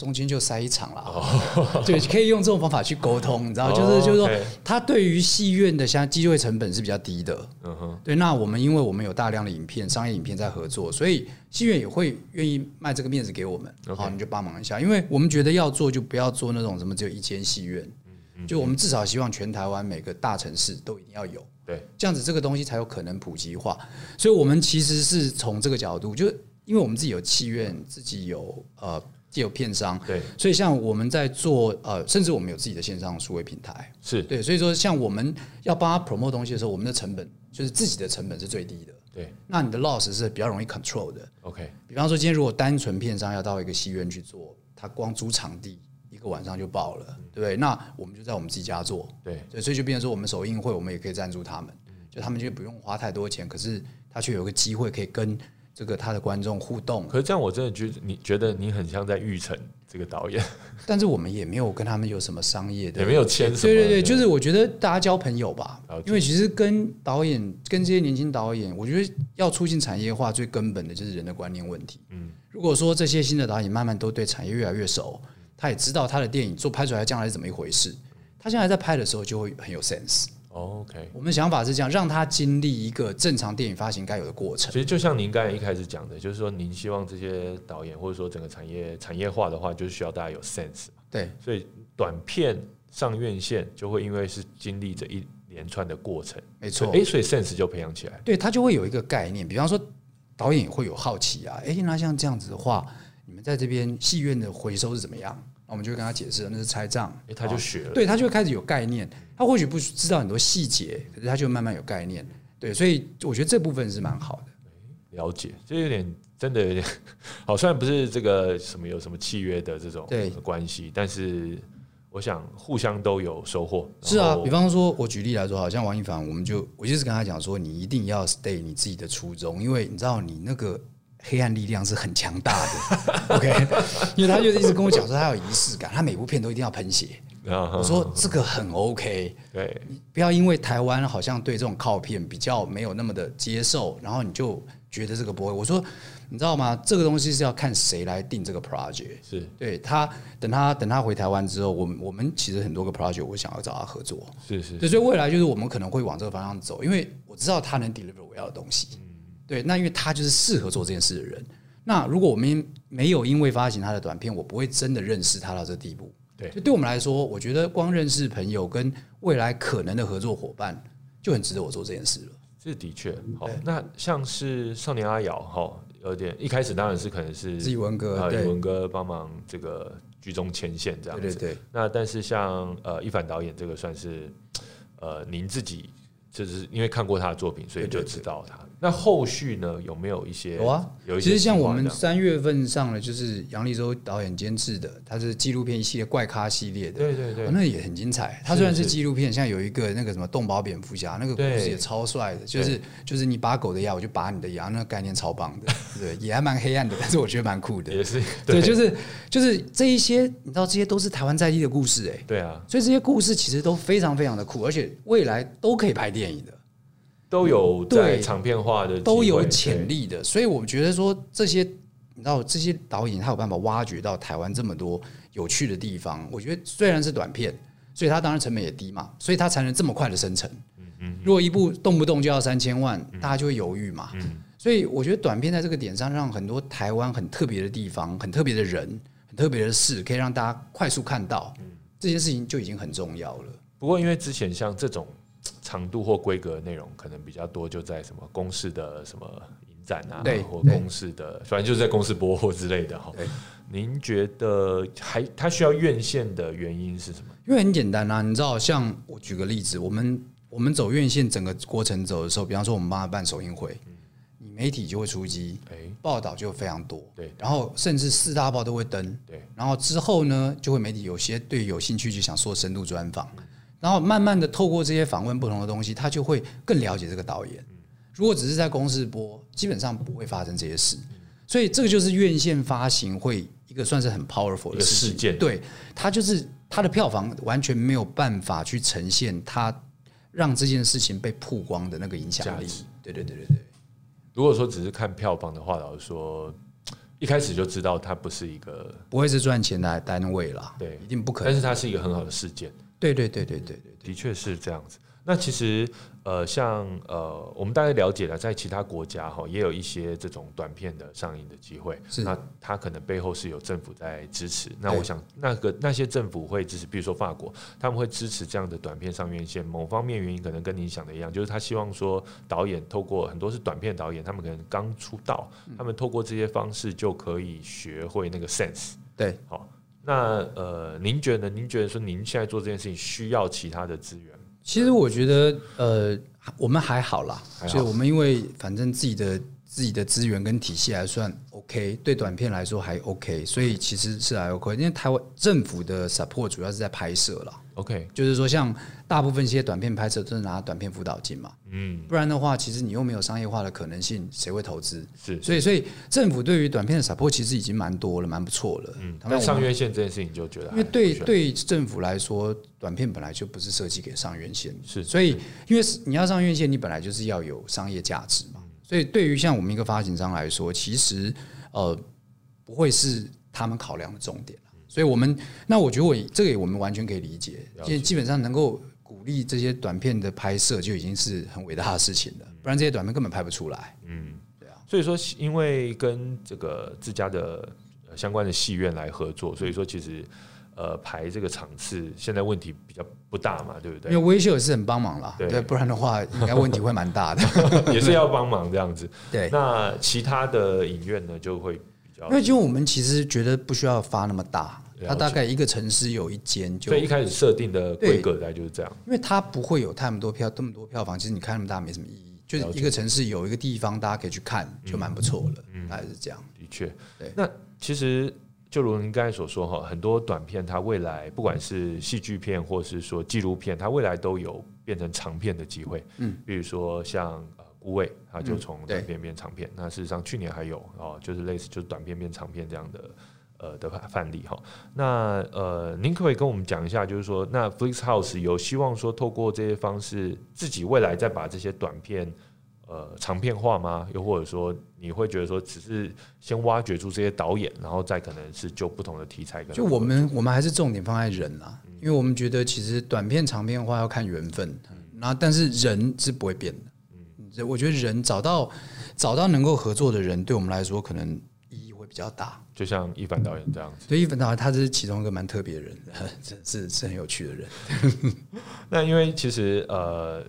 中间就塞一场啦，哦、对，可以用这种方法去沟通，你知道，就是、哦、就是说，他对于戏院的像机会成本是比较低的，嗯哼，对，那我们因为我们有大量的影片、商业影片在合作，所以戏院也会愿意卖这个面子给我们，好，你就帮忙一下，因为我们觉得要做就不要做那种什么只有一间戏院，就我们至少希望全台湾每个大城市都一定要有，对，这样子这个东西才有可能普及化，所以我们其实是从这个角度，就因为我们自己有戏院，自己有呃。既有片商，对，所以像我们在做呃，甚至我们有自己的线上数位平台，是对，所以说像我们要帮他 promote 东西的时候，我们的成本就是自己的成本是最低的，对，那你的 loss 是比较容易 control 的 ，OK。比方说今天如果单纯片商要到一个戏院去做，他光租场地一个晚上就爆了，对不对？那我们就在我们自己家做，对，对，所以就变成说我们首映会我们也可以赞助他们，就他们就不用花太多钱，可是他却有个机会可以跟这个他的观众互动。 可是这样我真的觉得你觉得你很像在育成这个导演， 但是我们也没有跟他们有什么商业的， 也没有签什么。 对对对，就是我觉得大家交朋友吧，因为其实跟导演跟这些年轻导演，我觉得要促进产业化最根本的就是人的观念问题。嗯，如果说这些新的导演慢慢都对产业越来越熟，他也知道他的电影做拍出来将来是怎么一回事，他现在在拍的时候就会很有 sense。OK， 我们的想法是这样，让他经历一个正常电影发行该有的过程。 其实就像您刚才一开始讲的，就是说您希望这些导演或者说整个产业产业化的话，就是需要大家有 sense。对，所以短片上院线就会因为是经历着一连串的过程，没错。哎，所以 sense 就培养起来。 对，他就会有一个概念，比方说导演会有好奇啊，哎，那像这样子的话，你们在这边戏院的回收是怎么样？我们就会跟他解释，那是拆账， 欸、他就学了， 对，他就会开始有概念。他或许不知道很多细节，可是他就慢慢有概念。对，所以我觉得这部分是蛮好的。 了解，这有点真的有点好，虽然不是这个什么有什么契约的这种关系，但是我想互相都有收获。 是啊，比方说，我举例来说，好像王一凡，我们就我就是跟他讲说，你一定要 stay 你自己的初衷，因为你知道你那个黑暗力量是很强大的，OK？ 因为他就一直跟我讲说他有仪式感，他每部片都一定要喷血。我说这个很 OK， 对，不要因为台湾好像对这种靠片比较没有那么的接受，然后你就觉得这个不会。我说你知道吗？这个东西是要看谁来定这个 project。是对他等他等他回台湾之后，我们我们其实很多个 project 我想要找他合作。是是，对，所以未来就是我们可能会往这个方向走，因为我知道他能 deliver 我要的东西。对，那因为他就是适合做这件事的人。那如果我们没有因为发行他的短片，我不会真的认识他到这地步。对，就对我们来说，我觉得光认识朋友跟未来可能的合作伙伴，就很值得我做这件事了。 这的确好。那像是少年阿瑶哈，有点一开始当然是可能是宇文哥， 呃，宇文哥帮忙这个居中牵线这样子。对对对。那但是像呃一凡导演这个算是呃您自己。就是因为看过他的作品，所以就知道他。那后续呢，有没有一些？ 有啊，有一些。其实像我们三月份上的就是杨立洲导演监制的，他是纪录片一系列怪咖系列的，对对对，哦、那也很精彩。他虽然是纪录片，像有一个那个什么动保蝙蝠侠，那个故事也超帅的，就是就是你拔狗的牙，我就拔你的牙，那个概念超棒的，对，也还蛮黑暗的，但是我觉得蛮酷的。也是，对，对就是就是这一些，你知道这些都是台湾在地的故事、欸，哎， 对啊， 所以这些故事其实都非常非常的酷，而且未来都可以拍电影。 都有在长片化的都有潜力的，所以我觉得说这些，你知道这些导演他有办法挖掘到台湾这么多有趣的地方。我觉得虽然是短片，所以他当然成本也低嘛，所以他才能这么快的生成。如果一部动不动就要三千万，大家就会犹豫嘛。所以我觉得短片在这个点上，让很多台湾很特别的地方、很特别的人、很特别的事，可以让大家快速看到，这件事情就已经很重要了。 不过因为之前像这种长度或规格的内容可能比较多，就在什么公视的什么影展啊，或公视的，反正就是在公视播或之类的哈。您觉得还它需要院线的原因是什么？ 因为很简单啊，你知道，像我举个例子，我们我们走院线整个过程走的时候，比方说我们帮他办首映会，嗯、你媒体就会出击，报道就非常多，对，然后甚至四大报都会登，对，然后之后呢，就会媒体有些对有兴趣就想做深度专访。嗯然后慢慢的透过这些访问不同的东西，他就会更了解这个导演。如果只是在公视播，基本上不会发生这些事。所以这个就是院线发行会一个算是很 powerful 的事件。 对，它就是它的票房完全没有办法去呈现它让这件事情被曝光的那个影响力。对对对对对。 如果说只是看票房的话，老实说， 一开始就知道它不是一个不会是赚钱的单位啦， 对， 一定不可能。 但是它是一个很好的事件， 对对对对对 对, 对，的确是这样子。那其实呃，像呃，我们大概了解了，在其他国家哈，也有一些这种短片的上映的机会。那它可能背后是有政府在支持。那我想，那个那些政府会支持，比如说法国，他们会支持这样的短片上院线。某方面原因可能跟你想的一样，就是他希望说，导演透过很多是短片导演，他们可能刚出道，他们透过这些方式就可以学会那个 sense。 对， 好，那呃，您觉得？您觉得说，您现在做这件事情需要其他的资源？ 其实我觉得，呃，我们还好啦，所以我们因为反正自己的自己的资源跟体系还算 OK， 对短片来说还 OK， 所以其实是还 OK。因为台湾政府的 support 主要是在拍摄啦 ，OK， 就是说像大部分一些短片拍摄都是拿短片辅导金嘛，嗯，不然的话，其实你又没有商业化的可能性，谁会投资？ 是， 所以所以政府对于短片的 support 其实已经蛮多了，蛮不错了。 嗯，但上院线这件事情就觉得， 因为对对政府来说，短片本来就不是设计给上院线， 是， 所以因为你要上院线，你本来就是要有商业价值嘛。所以对于像我们一个发行商来说，其实呃不会是他们考量的重点。所以我们那我觉得我这个也我们完全可以理解，因为基本上能够鼓励这些短片的拍摄就已经是很伟大的事情了，不然这些短片根本拍不出来。嗯，对啊。 所以说，因为跟这个自家的相关的戏院来合作，所以说其实呃排这个场次现在问题比较不大嘛，对不对？ 因为威秀也是很帮忙啦，对，不然的话应该问题会蛮大的， 也是要帮忙这样子。 对， 那其他的影院呢就会比较， 因为就我们其实觉得不需要发那么大。它大概一个城市有一间，就所以一开始设定的规格大概就是这样， 因为它不会有太多票，这么多票房，其实你看那么大没什么意义。就是一个城市有一个地方大家可以去看，就蛮不错了。嗯，大概是这样。 的确，对。那其实就如您刚才所说哈，很多短片它未来不管是戏剧片或是说纪录片，它未来都有变成长片的机会。嗯，比如说像呃孤味，它就从短片变长片。那事实上去年还有哦，就是类似就是短片变长片这样的。呃的范例哈，那呃，您可不可以跟我们讲一下，就是说，那 Flixhouse 有希望说透过这些方式，自己未来再把这些短片呃长片化吗？又或者说，你会觉得说，只是先挖掘出这些导演，然后再可能是就不同的题材？ 就我们我们还是重点放在人啊，因为我们觉得其实短片长片化要看缘分，然后但是人是不会变的。嗯，我觉得人找到找到能够合作的人，对我们来说可能意义会比较大。 就像一凡导演这样子， 对，一凡导演他是其中一个蛮特别的人，是是很有趣的人。 那因为其实呃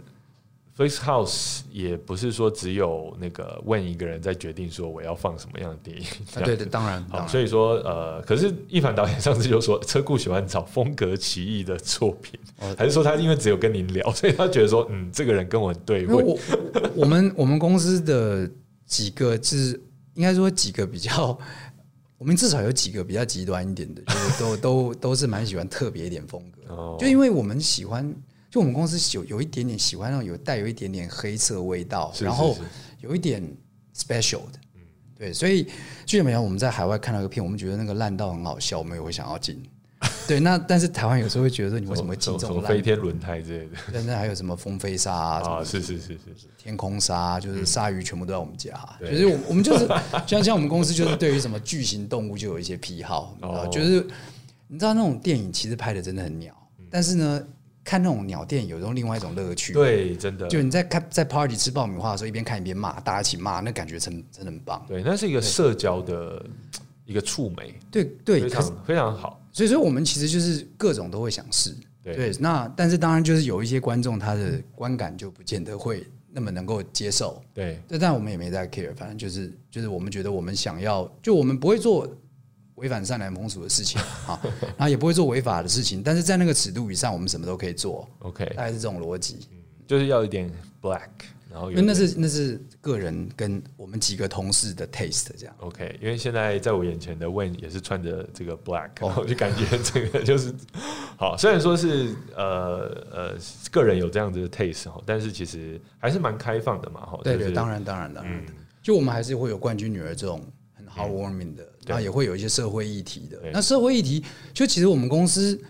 ，Flixhouse 也不是说只有那个问一个人在决定说我要放什么样的电影， 啊、对对，当然，当然所以说呃，可是一凡导演上次就说车库喜欢找风格奇异的作品，哦、还是说他因为只有跟您聊，所以他觉得说嗯，这个人跟我很对味。 我我们我们公司的几个是应该说几个比较。我们至少有几个比较极端一点的，就是都都都是蛮喜欢特别一点风格，哦、就因为我们喜欢，就我们公司有有一点点喜欢那种有带有一点点黑色味道， 是是是然后有一点 special 的，嗯、对，所以就怎么样？我们在海外看到一个片，我们觉得那个烂到很好笑，我们也会想要进。对，那但是台湾有时候会觉得说你为什么会进这种烂？ 飞天轮胎之类的。 对，那还有什么风飞沙啊？ 啊，是是是是是。 天空鲨就是鲨鱼，全部都在我们家。嗯、就是我我们就是像像我们公司就是对于什么巨型动物就有一些癖好，哦、就是你知道那种电影其实拍的真的很鸟，嗯、但是呢，看那种鸟电影有种另外一种乐趣。 对，真的。 就你在看在 party 吃爆米花的时候，一边看一边骂，大家一起骂，那感觉真真的很棒。 对，那是一个社交的一个触媒。 对对， 非常非常好。 所以说我们其实就是各种都会想试，对, 对。那但是当然就是有一些观众他的观感就不见得会那么能够接受， 对。 但我们也没在 care， 反正就是就是我们觉得我们想要，就我们不会做违反善良风俗的事情啊，然后也不会做违法的事情，但是在那个尺度以上，我们什么都可以做。 OK， 大概是这种逻辑， 嗯，就是要一点 black。然后因为那是那是个人跟我们几个同事的 taste 这样。 OK， 因为现在在我眼前的 Wayne 也是穿着这个 black， 然后就感觉这个就是好。虽然说是呃呃个人有这样子的 taste， 但是其实还是蛮开放的嘛。 对对，当然当然当然。嗯、就我们还是会有冠军女儿这种很 heartwarming 的，嗯、然后也会有一些社会议题的。那社会议题，就其实我们公司。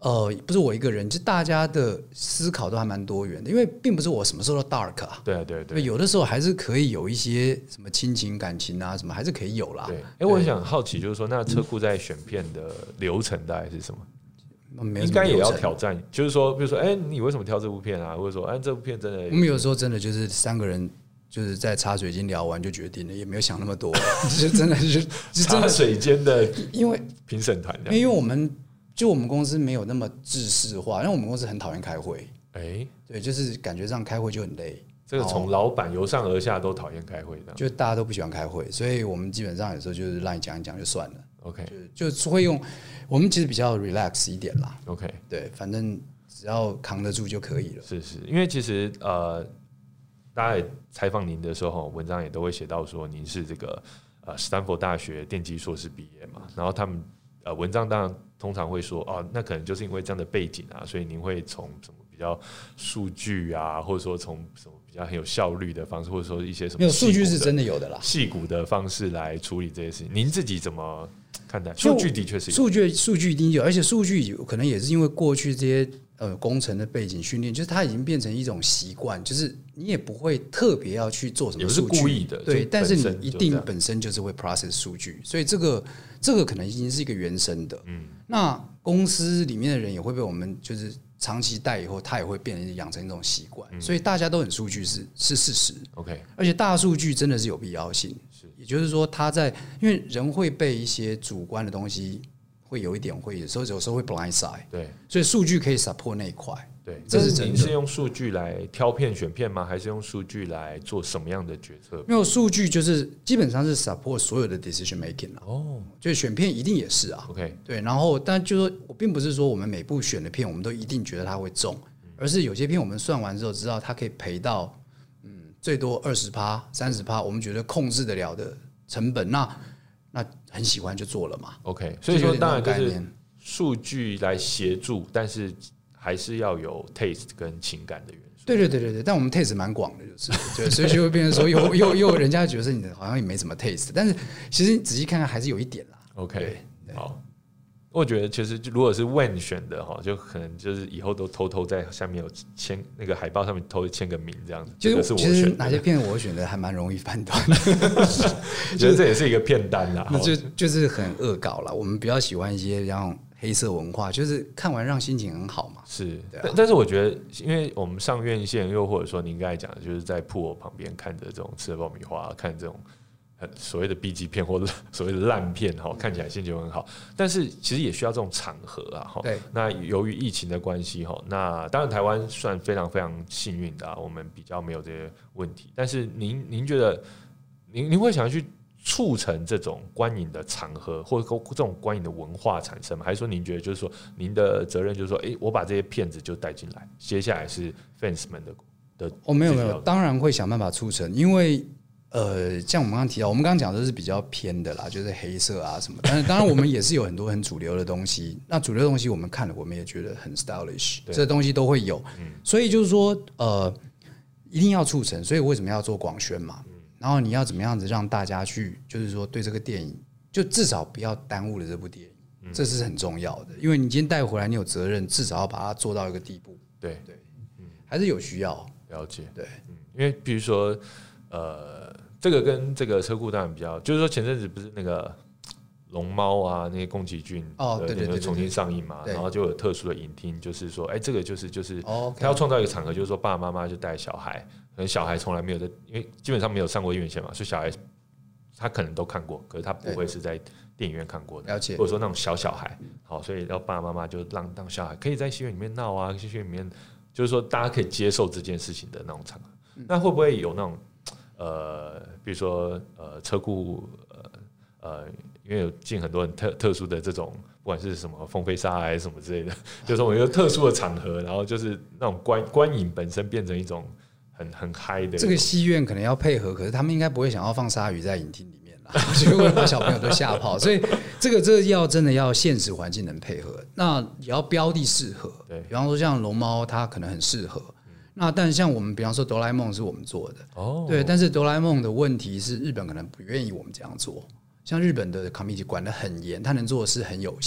呃，不是我一个人，就大家的思考都还蛮多元的，因为并不是我什么时候都 dark 啊， 对对对， 有的时候还是可以有一些什么亲情感情啊，什么还是可以有啦。 对，哎、欸，我想好奇，就是说，那车库在选片的流程大概是什么？ 嗯、 应该也要挑战，就是说，比如说，哎、欸，你为什么挑这部片啊？或者说，哎、啊，这部片真的， 我们有时候真的就是三个人。就是在茶水间聊完就决定了，也没有想那么多，就真的是茶水间的， 因为评审团， 因为我们就我们公司没有那么制式化，因为我们公司很讨厌开会，哎、欸，对，就是感觉上开会就很累。 这个从老板由上而下都讨厌开会的， 就大家都不喜欢开会，所以我们基本上有时候就是让你讲一讲就算了。 OK， 就就会用我们其实比较 relax 一点啦。 OK， 对，反正只要扛得住就可以了。 是是，因为其实呃。大家也采访您的时候，文章也都会写到说您是这个呃斯坦福大学电机硕士毕业嘛，然后他们呃文章当然通常会说哦，那可能就是因为这样的背景啊，所以您会从什么比较数据啊，或者说从什么比较很有效率的方式，或者说一些什么没有数据是真的有的啦， 细股的方式来处理这些事情，您自己怎么看待？数据的确是有数据，数据一定有，而且数据可能也是因为过去这些。呃，工程的背景训练，就是它已经变成一种习惯，就是你也不会特别要去做什么数据， 也不是故意的， 对，但是你一定本身就是会 process 数据，所以这个这个可能已经是一个原生的。嗯，那公司里面的人也会被我们就是长期带以后，他也会变成养成一种习惯，嗯、所以大家都很数据是是事实。 OK， 而且大数据真的是有必要性，是，也就是说，他在因为人会被一些主观的东西。会有一点会，有时候有时候会 blind side， 对， 所以数据可以 support 那一块， 对，这是真的。您是用数据来挑片选片吗？还是用数据来做什么样的决策？ 没有数据就是基本上是 support 所有的 decision making 啦。哦，就是选片一定也是啊。 OK， 对，然后但就是说我并不是说我们每部选的片我们都一定觉得它会中，而是有些片我们算完之后知道它可以赔到嗯最多二十趴、三十趴，我们觉得控制得了的成本那。那很喜欢就做了嘛 ，OK， 所以说当然就是数据来协助，但是还是要有 taste 跟情感的元素。 对对对对对，但我们 taste 蛮广的，就是对，所以就会变成说又又又人家觉得你好像也没什么 taste， 但是其实你仔细看看还是有一点啦。 OK， 好。我觉得其实如果是 When 选的哈，就可能就是以后都偷偷在下面有签那个海报上面偷签个名这样子。 其实是我其实哪些片我选的还蛮容易判断的， 觉得这也是一个片单啦， 就就是很恶搞啦。我们比较喜欢一些像黑色文化，就是看完让心情很好嘛。 是， 啊、 但但是我觉得，因为我们上院线，又或者说您刚才讲的，就是在铺旁边看着这种吃着爆米花，看这种。所谓的 B 级片或者所谓的烂片哈，看起来心情很好，但是其实也需要这种场合啊哈。 对。 那由于疫情的关系哈，那当然台湾算非常非常幸运的、啊，我们比较没有这些问题。但是您您觉得，您您会想要去促成这种观影的场合，或者这种观影的文化产生吗？还是说您觉得就是说您的责任就是说，哎、欸，我把这些片子就带进来，接下来是 fans 们的的哦，没有没有，当然会想办法促成，因为。呃，像我们刚刚提到，我们刚刚讲的是比较偏的啦，就是黑色啊什么。但是当然，我们也是有很多很主流的东西。那主流的东西我们看了，我们也觉得很 stylish， 这东西都会有。嗯、所以就是说，呃，一定要促成。所以为什么要做广宣嘛？嗯、然后你要怎么样子让大家去，就是说对这个电影，就至少不要耽误了这部电影，嗯、这是很重要的。因为你今天带回来，你有责任，至少要把它做到一个地步。 对对，嗯，还是有需要了解。 对， 嗯，因为比如说，呃。这个跟这个车库当然比较，就是说前阵子不是那个龙猫啊，那些宫崎骏哦，对对对， 重新上映嘛，然后就有特殊的影厅，就是说，哎，这个就是就是他要创造一个场合，就是说爸爸妈妈就带小孩，可能小孩从来没有在，因为基本上没有上过院线嘛，所以小孩他可能都看过，可是他不会是在电影院看过的， 了解， 或者说那种小小孩，好，所以然后爸爸妈妈就让让小孩可以在戏院里面闹啊，戏院里面就是说大家可以接受这件事情的那种场合，那会不会有那种？呃，比如说呃，车库呃呃，因为有进很多很特特殊的这种，不管是什么风飞沙还是什么之类的，就是我们有特殊的场合，然后就是那种观观影本身变成一种很很嗨的。 这个戏院可能要配合，可是他们应该不会想要放鲨鱼在影厅里面啦，就会把小朋友都吓跑。所以这个这个要真的要现实环境能配合，那也要标的适合。 对， 比方说像龙猫，它可能很适合。那但像我们比方说哆啦 A 梦是我们做的，哦，对，但是哆啦 A 梦的问题是日本可能不愿意我们这样做，像日本的 committee 管得很严，他能做的事很有限。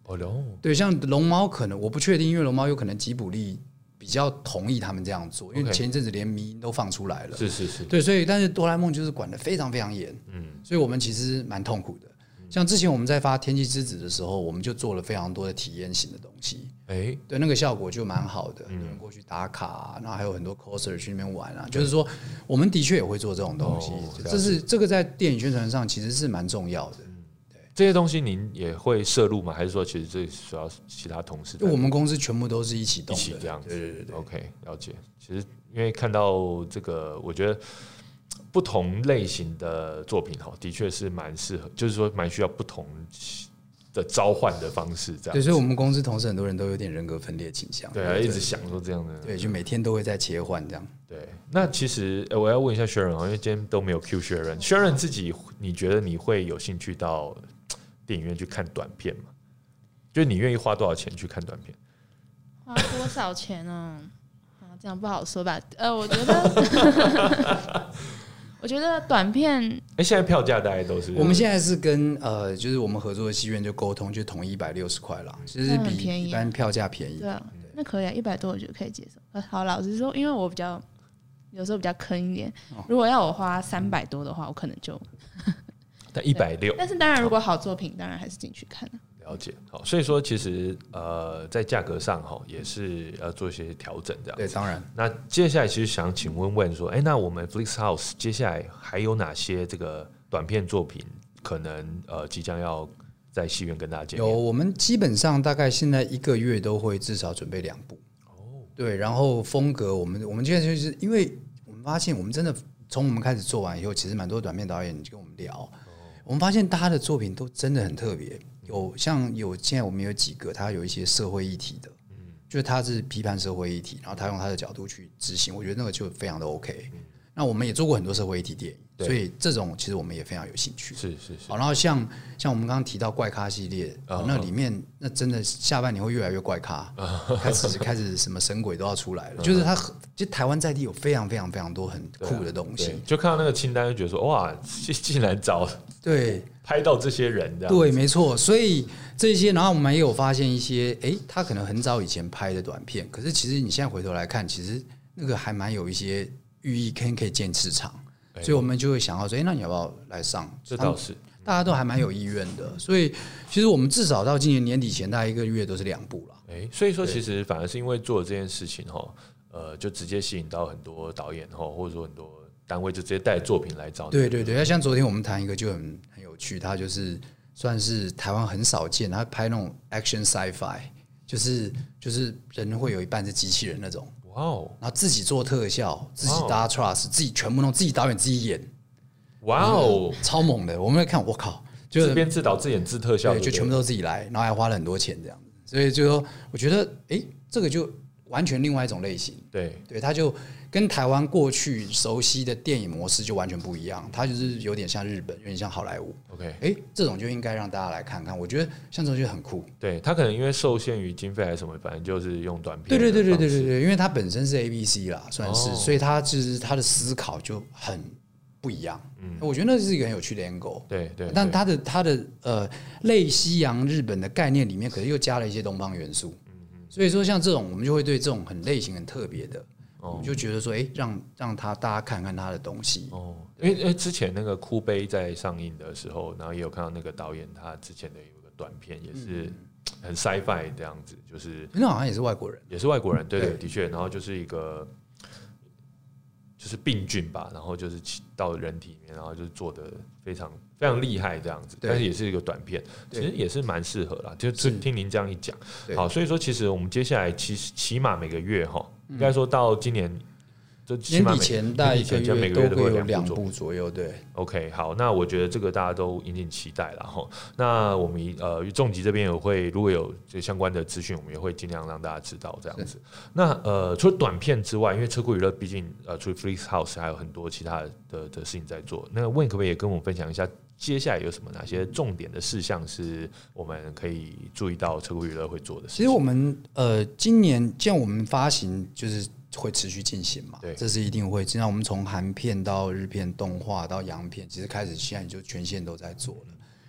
哦，龙对，像龙猫可能我不确定，因为龙猫有可能吉卜力比较同意他们这样做，因为前一阵子连迷因都放出来了。 是是是， 对，所以但是哆啦 A 梦就是管得非常非常严，嗯，所以我们其实蛮痛苦的。像之前我们在发天气之子的时候，我们就做了非常多的体验型的东西，哎、欸，对，那个效果就蛮好的，有人过去打卡、啊，然后还有很多 coser 去那边玩啊，就是说我们的确也会做这种东西，哦、这是这个在电影宣传上其实是蛮重要的。嗯、 对，这些东西您也会摄入吗？还是说其实这主要其他同事？ 我们公司全部都是一起动的， 一起这样子。 对对对对 ，OK， 了解。其实因为看到这个，我觉得。不同类型的作品哈，的确是蛮适合，就是说蛮需要不同的召唤的方式这样。 对，所以我们公司同事很多人都有点人格分裂倾向。 对啊，对一直想说这样的。 对，就每天都会在切换这样。 对，那其实我要问一下 Sharon 因为今天都没有 Q Sharon，Sharon 自己你觉得你会有兴趣到电影院去看短片吗？就是你愿意花多少钱去看短片？ 花多少钱呢？啊，这样不好说吧。呃，我觉得。我觉得短片， 哎、欸，现在票价大概都是， 我们现在是跟呃，就是我们合作的戏院就沟通，就统一一百六十块啦，其实比一般票价便宜。 对啊，那可以啊，一百多我觉得可以接受。呃，好，老实说，因为我比较有时候比较坑一点，如果要我花三百多的话，我可能就， 但一百六， 但是当然如果好作品，当然还是进去看啊。 了解，好，所以说其实呃，在价格上哈也是要做一些调整，这样。 对，当然。 那接下来其实想请问问说，哎、欸，那我们 Flixhouse 接下来还有哪些这个短片作品可能呃即将要在戏院跟大家见面？ 有，我们基本上大概现在一个月都会至少准备两部。哦。对，然后风格我们我们现在就是因为我们发现我们真的从我们开始做完以后，其实蛮多短片导演就跟我们聊，哦、我们发现大家的作品都真的很特别。有像有现在我们有几个，他有一些社会议题的，嗯，就是他是批判社会议题，然后他用他的角度去执行，我觉得那个就非常的 OK。嗯、那我们也做过很多社会议题电影，所以这种其实我们也非常有兴趣。 是是是。 好，然后像像我们刚刚提到怪咖系列，哦、那里面那真的下半年会越来越怪咖，哦、开始开始什么神鬼都要出来了，哦、就是他其实台湾在地有非常非常非常多很酷的东西， 就看到那个清单就觉得说哇，竟然找对。 拍到这些人， 对，没错。所以这些，然后我们也有发现一些，哎、欸，他可能很早以前拍的短片，可是其实你现在回头来看，其实那个还蛮有一些寓意，可以可以建市场，欸、所以我们就会想到说，哎、欸，那你要不要来上？ 这倒是， 大家都还蛮有意愿的。所以其实我们至少到今年年底前，大概一个月都是两部了。 哎、欸，所以说其实反而是因为做了这件事情哈，呃，就直接吸引到很多导演哈，或者说很多单位就直接带作品来找你。 对对对，像昨天我们谈一个就很。去他就是算是台湾很少见，他拍那种 action sci-fi， 就是就是人会有一半是机器人那种，哇哦，然后自己做特效，自己搭 truss， 自己全部弄，自己导演自己演，哇哦，超猛的！我们来看，我靠， 就自编自导自演自特效， 对，就全部都自己来，然后还花了很多钱这样子，所以就说我觉得，哎、欸，这个就完全另外一种类型， 对对，他就。跟台湾过去熟悉的电影模式就完全不一样，它就是有点像日本，有点像好莱坞。 OK， 哎、欸，这种就应该让大家来看看。我觉得像这种就很酷。 对，他可能因为受限于经费还是什么，反正就是用短片。 对对对对对对对，因为它本身是 A B C 啦，算是，哦、所以它就是它的思考就很不一样。嗯，我觉得那是一个很有趣的 angle。 对 对, 对， 但它的它的呃类西洋日本的概念里面，可是又加了一些东方元素。嗯嗯，所以说像这种，我们就会对这种很类型很特别的。我就觉得说，哎、欸，让让他大家看看他的东西哦， 因为因为之前那个哭悲在上映的时候，然后也有看到那个导演他之前的有个短片，也是很 sci-fi 这样子，就是那好像也是外国人， 也是外国人，对 对, 對，的确，然后就是一个就是病菌吧，然后就是到人体里面，然后就是做的非常非常厉害这样子，但是也是一个短片，其实也是蛮适合啦，就听您这样一讲，好，所以说其实我们接下来其实起码每个月哈。应该说到今年，就年底前大概一个月都会有两部左右，对。 OK， 好，那我觉得这个大家都引颈期待了哈。那我们呃重疾这边也会，如果有这相关的资讯，我们也会尽量让大家知道这样子。那呃除了短片之外，因为车库娱乐毕竟呃除了 Flixhouse 还有很多其他的的事情在做。那问可不可以也跟我们分享一下？接下来有什么哪些重点的事项是我们可以注意到车库娱乐会做的事情？ 其实我们呃今年既然我们发行就是会持续进行嘛，对，这是一定会。既然我们从韩片到日片、动画到洋片，其实开始现在就全线都在做了。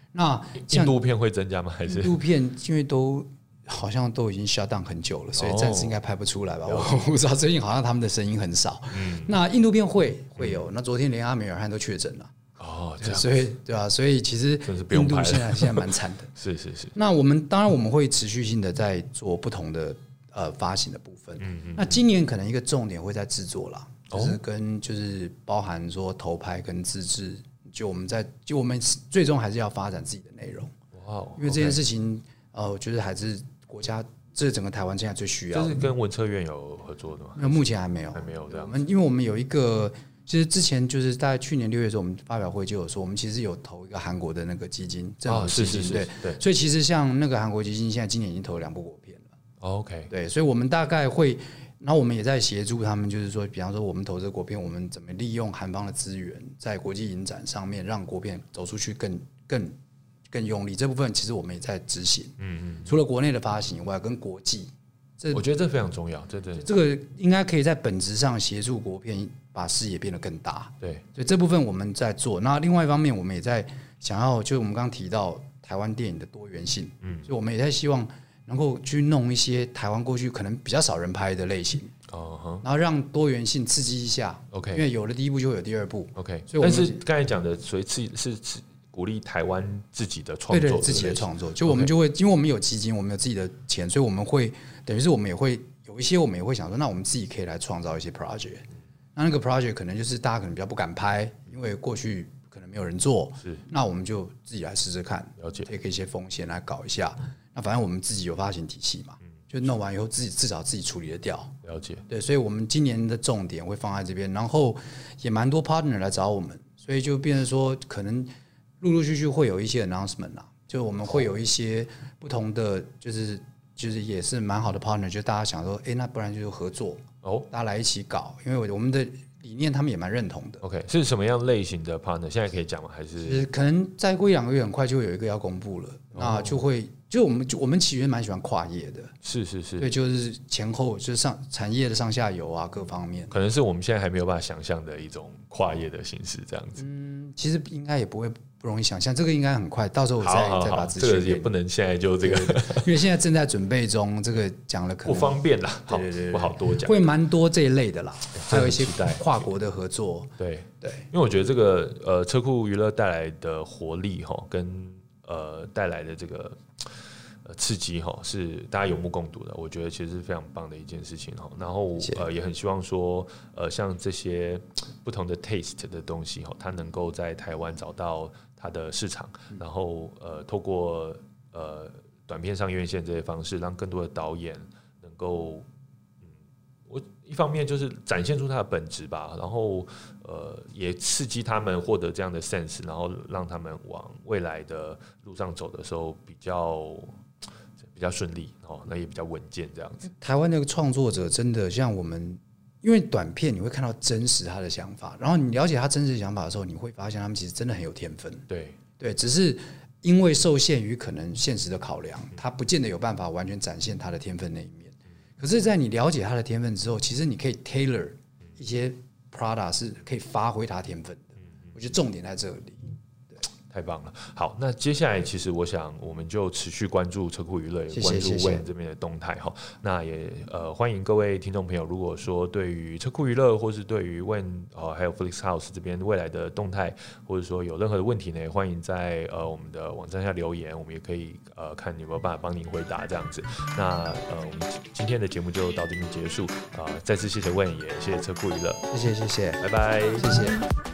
那印度片会增加吗？还是印度片因为都好像都已经 shut down 很久了，所以暂时应该拍不出来吧？哦、我不知道，最近好像他们的声音很少。嗯，那印度片会会有，那昨天连阿米尔汗都确诊了。哦，这样，所以对啊，所以其实印度现在现在蛮惨的。 是是是。 那我们当然我们会持续性的在做不同的呃发行的部分。嗯嗯。那今年可能一个重点会在制作啦，就是跟就是包含说投拍跟自制，就我们在就我们最终还是要发展自己的内容。哇，因为这件事情。呃，我觉得还是国家，这是整个台湾现在最需要的。 这是跟文策院有合作的吗？ 那目前还没有， 还没有这样。 我们因为我们有一个，其实之前就是大概去年六月的时候，我们发表会就有说，我们其实有投一个韩国的那个基金，政府基金， 哦、是是是对对。 所以其实像那个韩国基金，现在今年已经投了两部国片了。 哦、OK， 对，所以我们大概会，然后我们也在协助他们，就是说，比方说我们投这个国片，我们怎么利用韩方的资源，在国际影展上面让国片走出去更更。更用力这部分，其实我们也在执行。嗯嗯，除了国内的发行以外，跟国际， 这我觉得这非常重要。这这这个应该可以在本质上协助国片把视野变得更大。 对， 所以这部分我们在做。那另外一方面，我们也在想要，就是我们刚刚提到台湾电影的多元性。嗯，所以我们也在希望能够去弄一些台湾过去可能比较少人拍的类型。哦，然后让多元性刺激一下。 OK， 因为有了第一部就会有第二部。 OK， 所以但是刚才讲的，所以是是。鼓励台湾自己的创作， 对对，自己的创作，就我们就会，因为我们有基金，我们有自己的钱，所以我们会等于是我们也会有一些，我们也会想说，那我们自己可以来创造一些 project。那那个 project 可能就是大家可能比较不敢拍，因为过去可能没有人做，是，那我们就自己来试试看， 了解， take 一些风险来搞一下。那反正我们自己有发行体系嘛，就弄完以后自己至少自己处理得掉， 了解。 对，所以我们今年的重点会放在这边，然后也蛮多 partner 来找我们，所以就变成说可能。陆陆续续会有一些 announcement 啦，就我们会有一些不同的，就是就是也是蛮好的 partner， 就大家想说，哎、欸，那不然就合作哦，大家来一起搞，因为我们的理念他们也蛮认同的。 OK， 是什么样类型的 partner？ 现在可以讲吗？还是可能再过一两个月，很快就会有一个要公布了，哦、那就会就我们就我们其实蛮喜欢跨业的， 是是是， 对，就是前后就是上产业的上下游啊，各方面， 可能是我们现在还没有办法想象的一种跨业的形式，这样子。 嗯，其实应该也不会。不容易想象，这个应该很快，到时候我再好好好再把资讯。 这个也不能现在就这个， 因为现在正在准备中，这个讲了可能不方便啦，好， 对对对， 不好多讲。 会蛮多这一类的啦，还有一些跨国的合作。 对对， 因为我觉得这个呃车库娱乐带来的活力哈，跟呃带来的这个。刺激哈是大家有目共睹的，我觉得其实是非常棒的一件事情哈。然后呃也很希望说呃像这些不同的 taste 的东西哈，它能够在台湾找到它的市场，然后呃透过呃短片上院线这些方式，让更多的导演能够嗯，我一方面就是展现出它的本质吧，然后呃也刺激他们获得这样的 sense， 然后让他们往未来的路上走的时候比较。比较顺利哦，那也比较稳健这样子。 台湾那个创作者真的像我们，因为短片你会看到真实他的想法，然后你了解他真实的想法的时候，你会发现他们其实真的很有天分。 对对，只是因为受限于可能现实的考量，他不见得有办法完全展现他的天分那一面。可是，在你了解他的天分之后，其实你可以 tailor 一些 product 是可以发挥他天分的。我觉得重点在这里。 太棒了！好，那接下来其实我想我们就持续关注车库娱乐，也关注 Wayne 这边的动态哈。那也呃欢迎各位听众朋友，如果说对于车库娱乐或是对于 Wayne 呃还有 Flixhouse 这边未来的动态，或者说有任何的问题呢，欢迎在呃我们的网站下留言，我们也可以呃看有没有办法帮您回答这样子。那呃我们今天的节目就到这边结束啊、呃，再次谢谢 Wayne，也谢谢车库娱乐， 谢谢谢谢， 拜拜， 谢谢。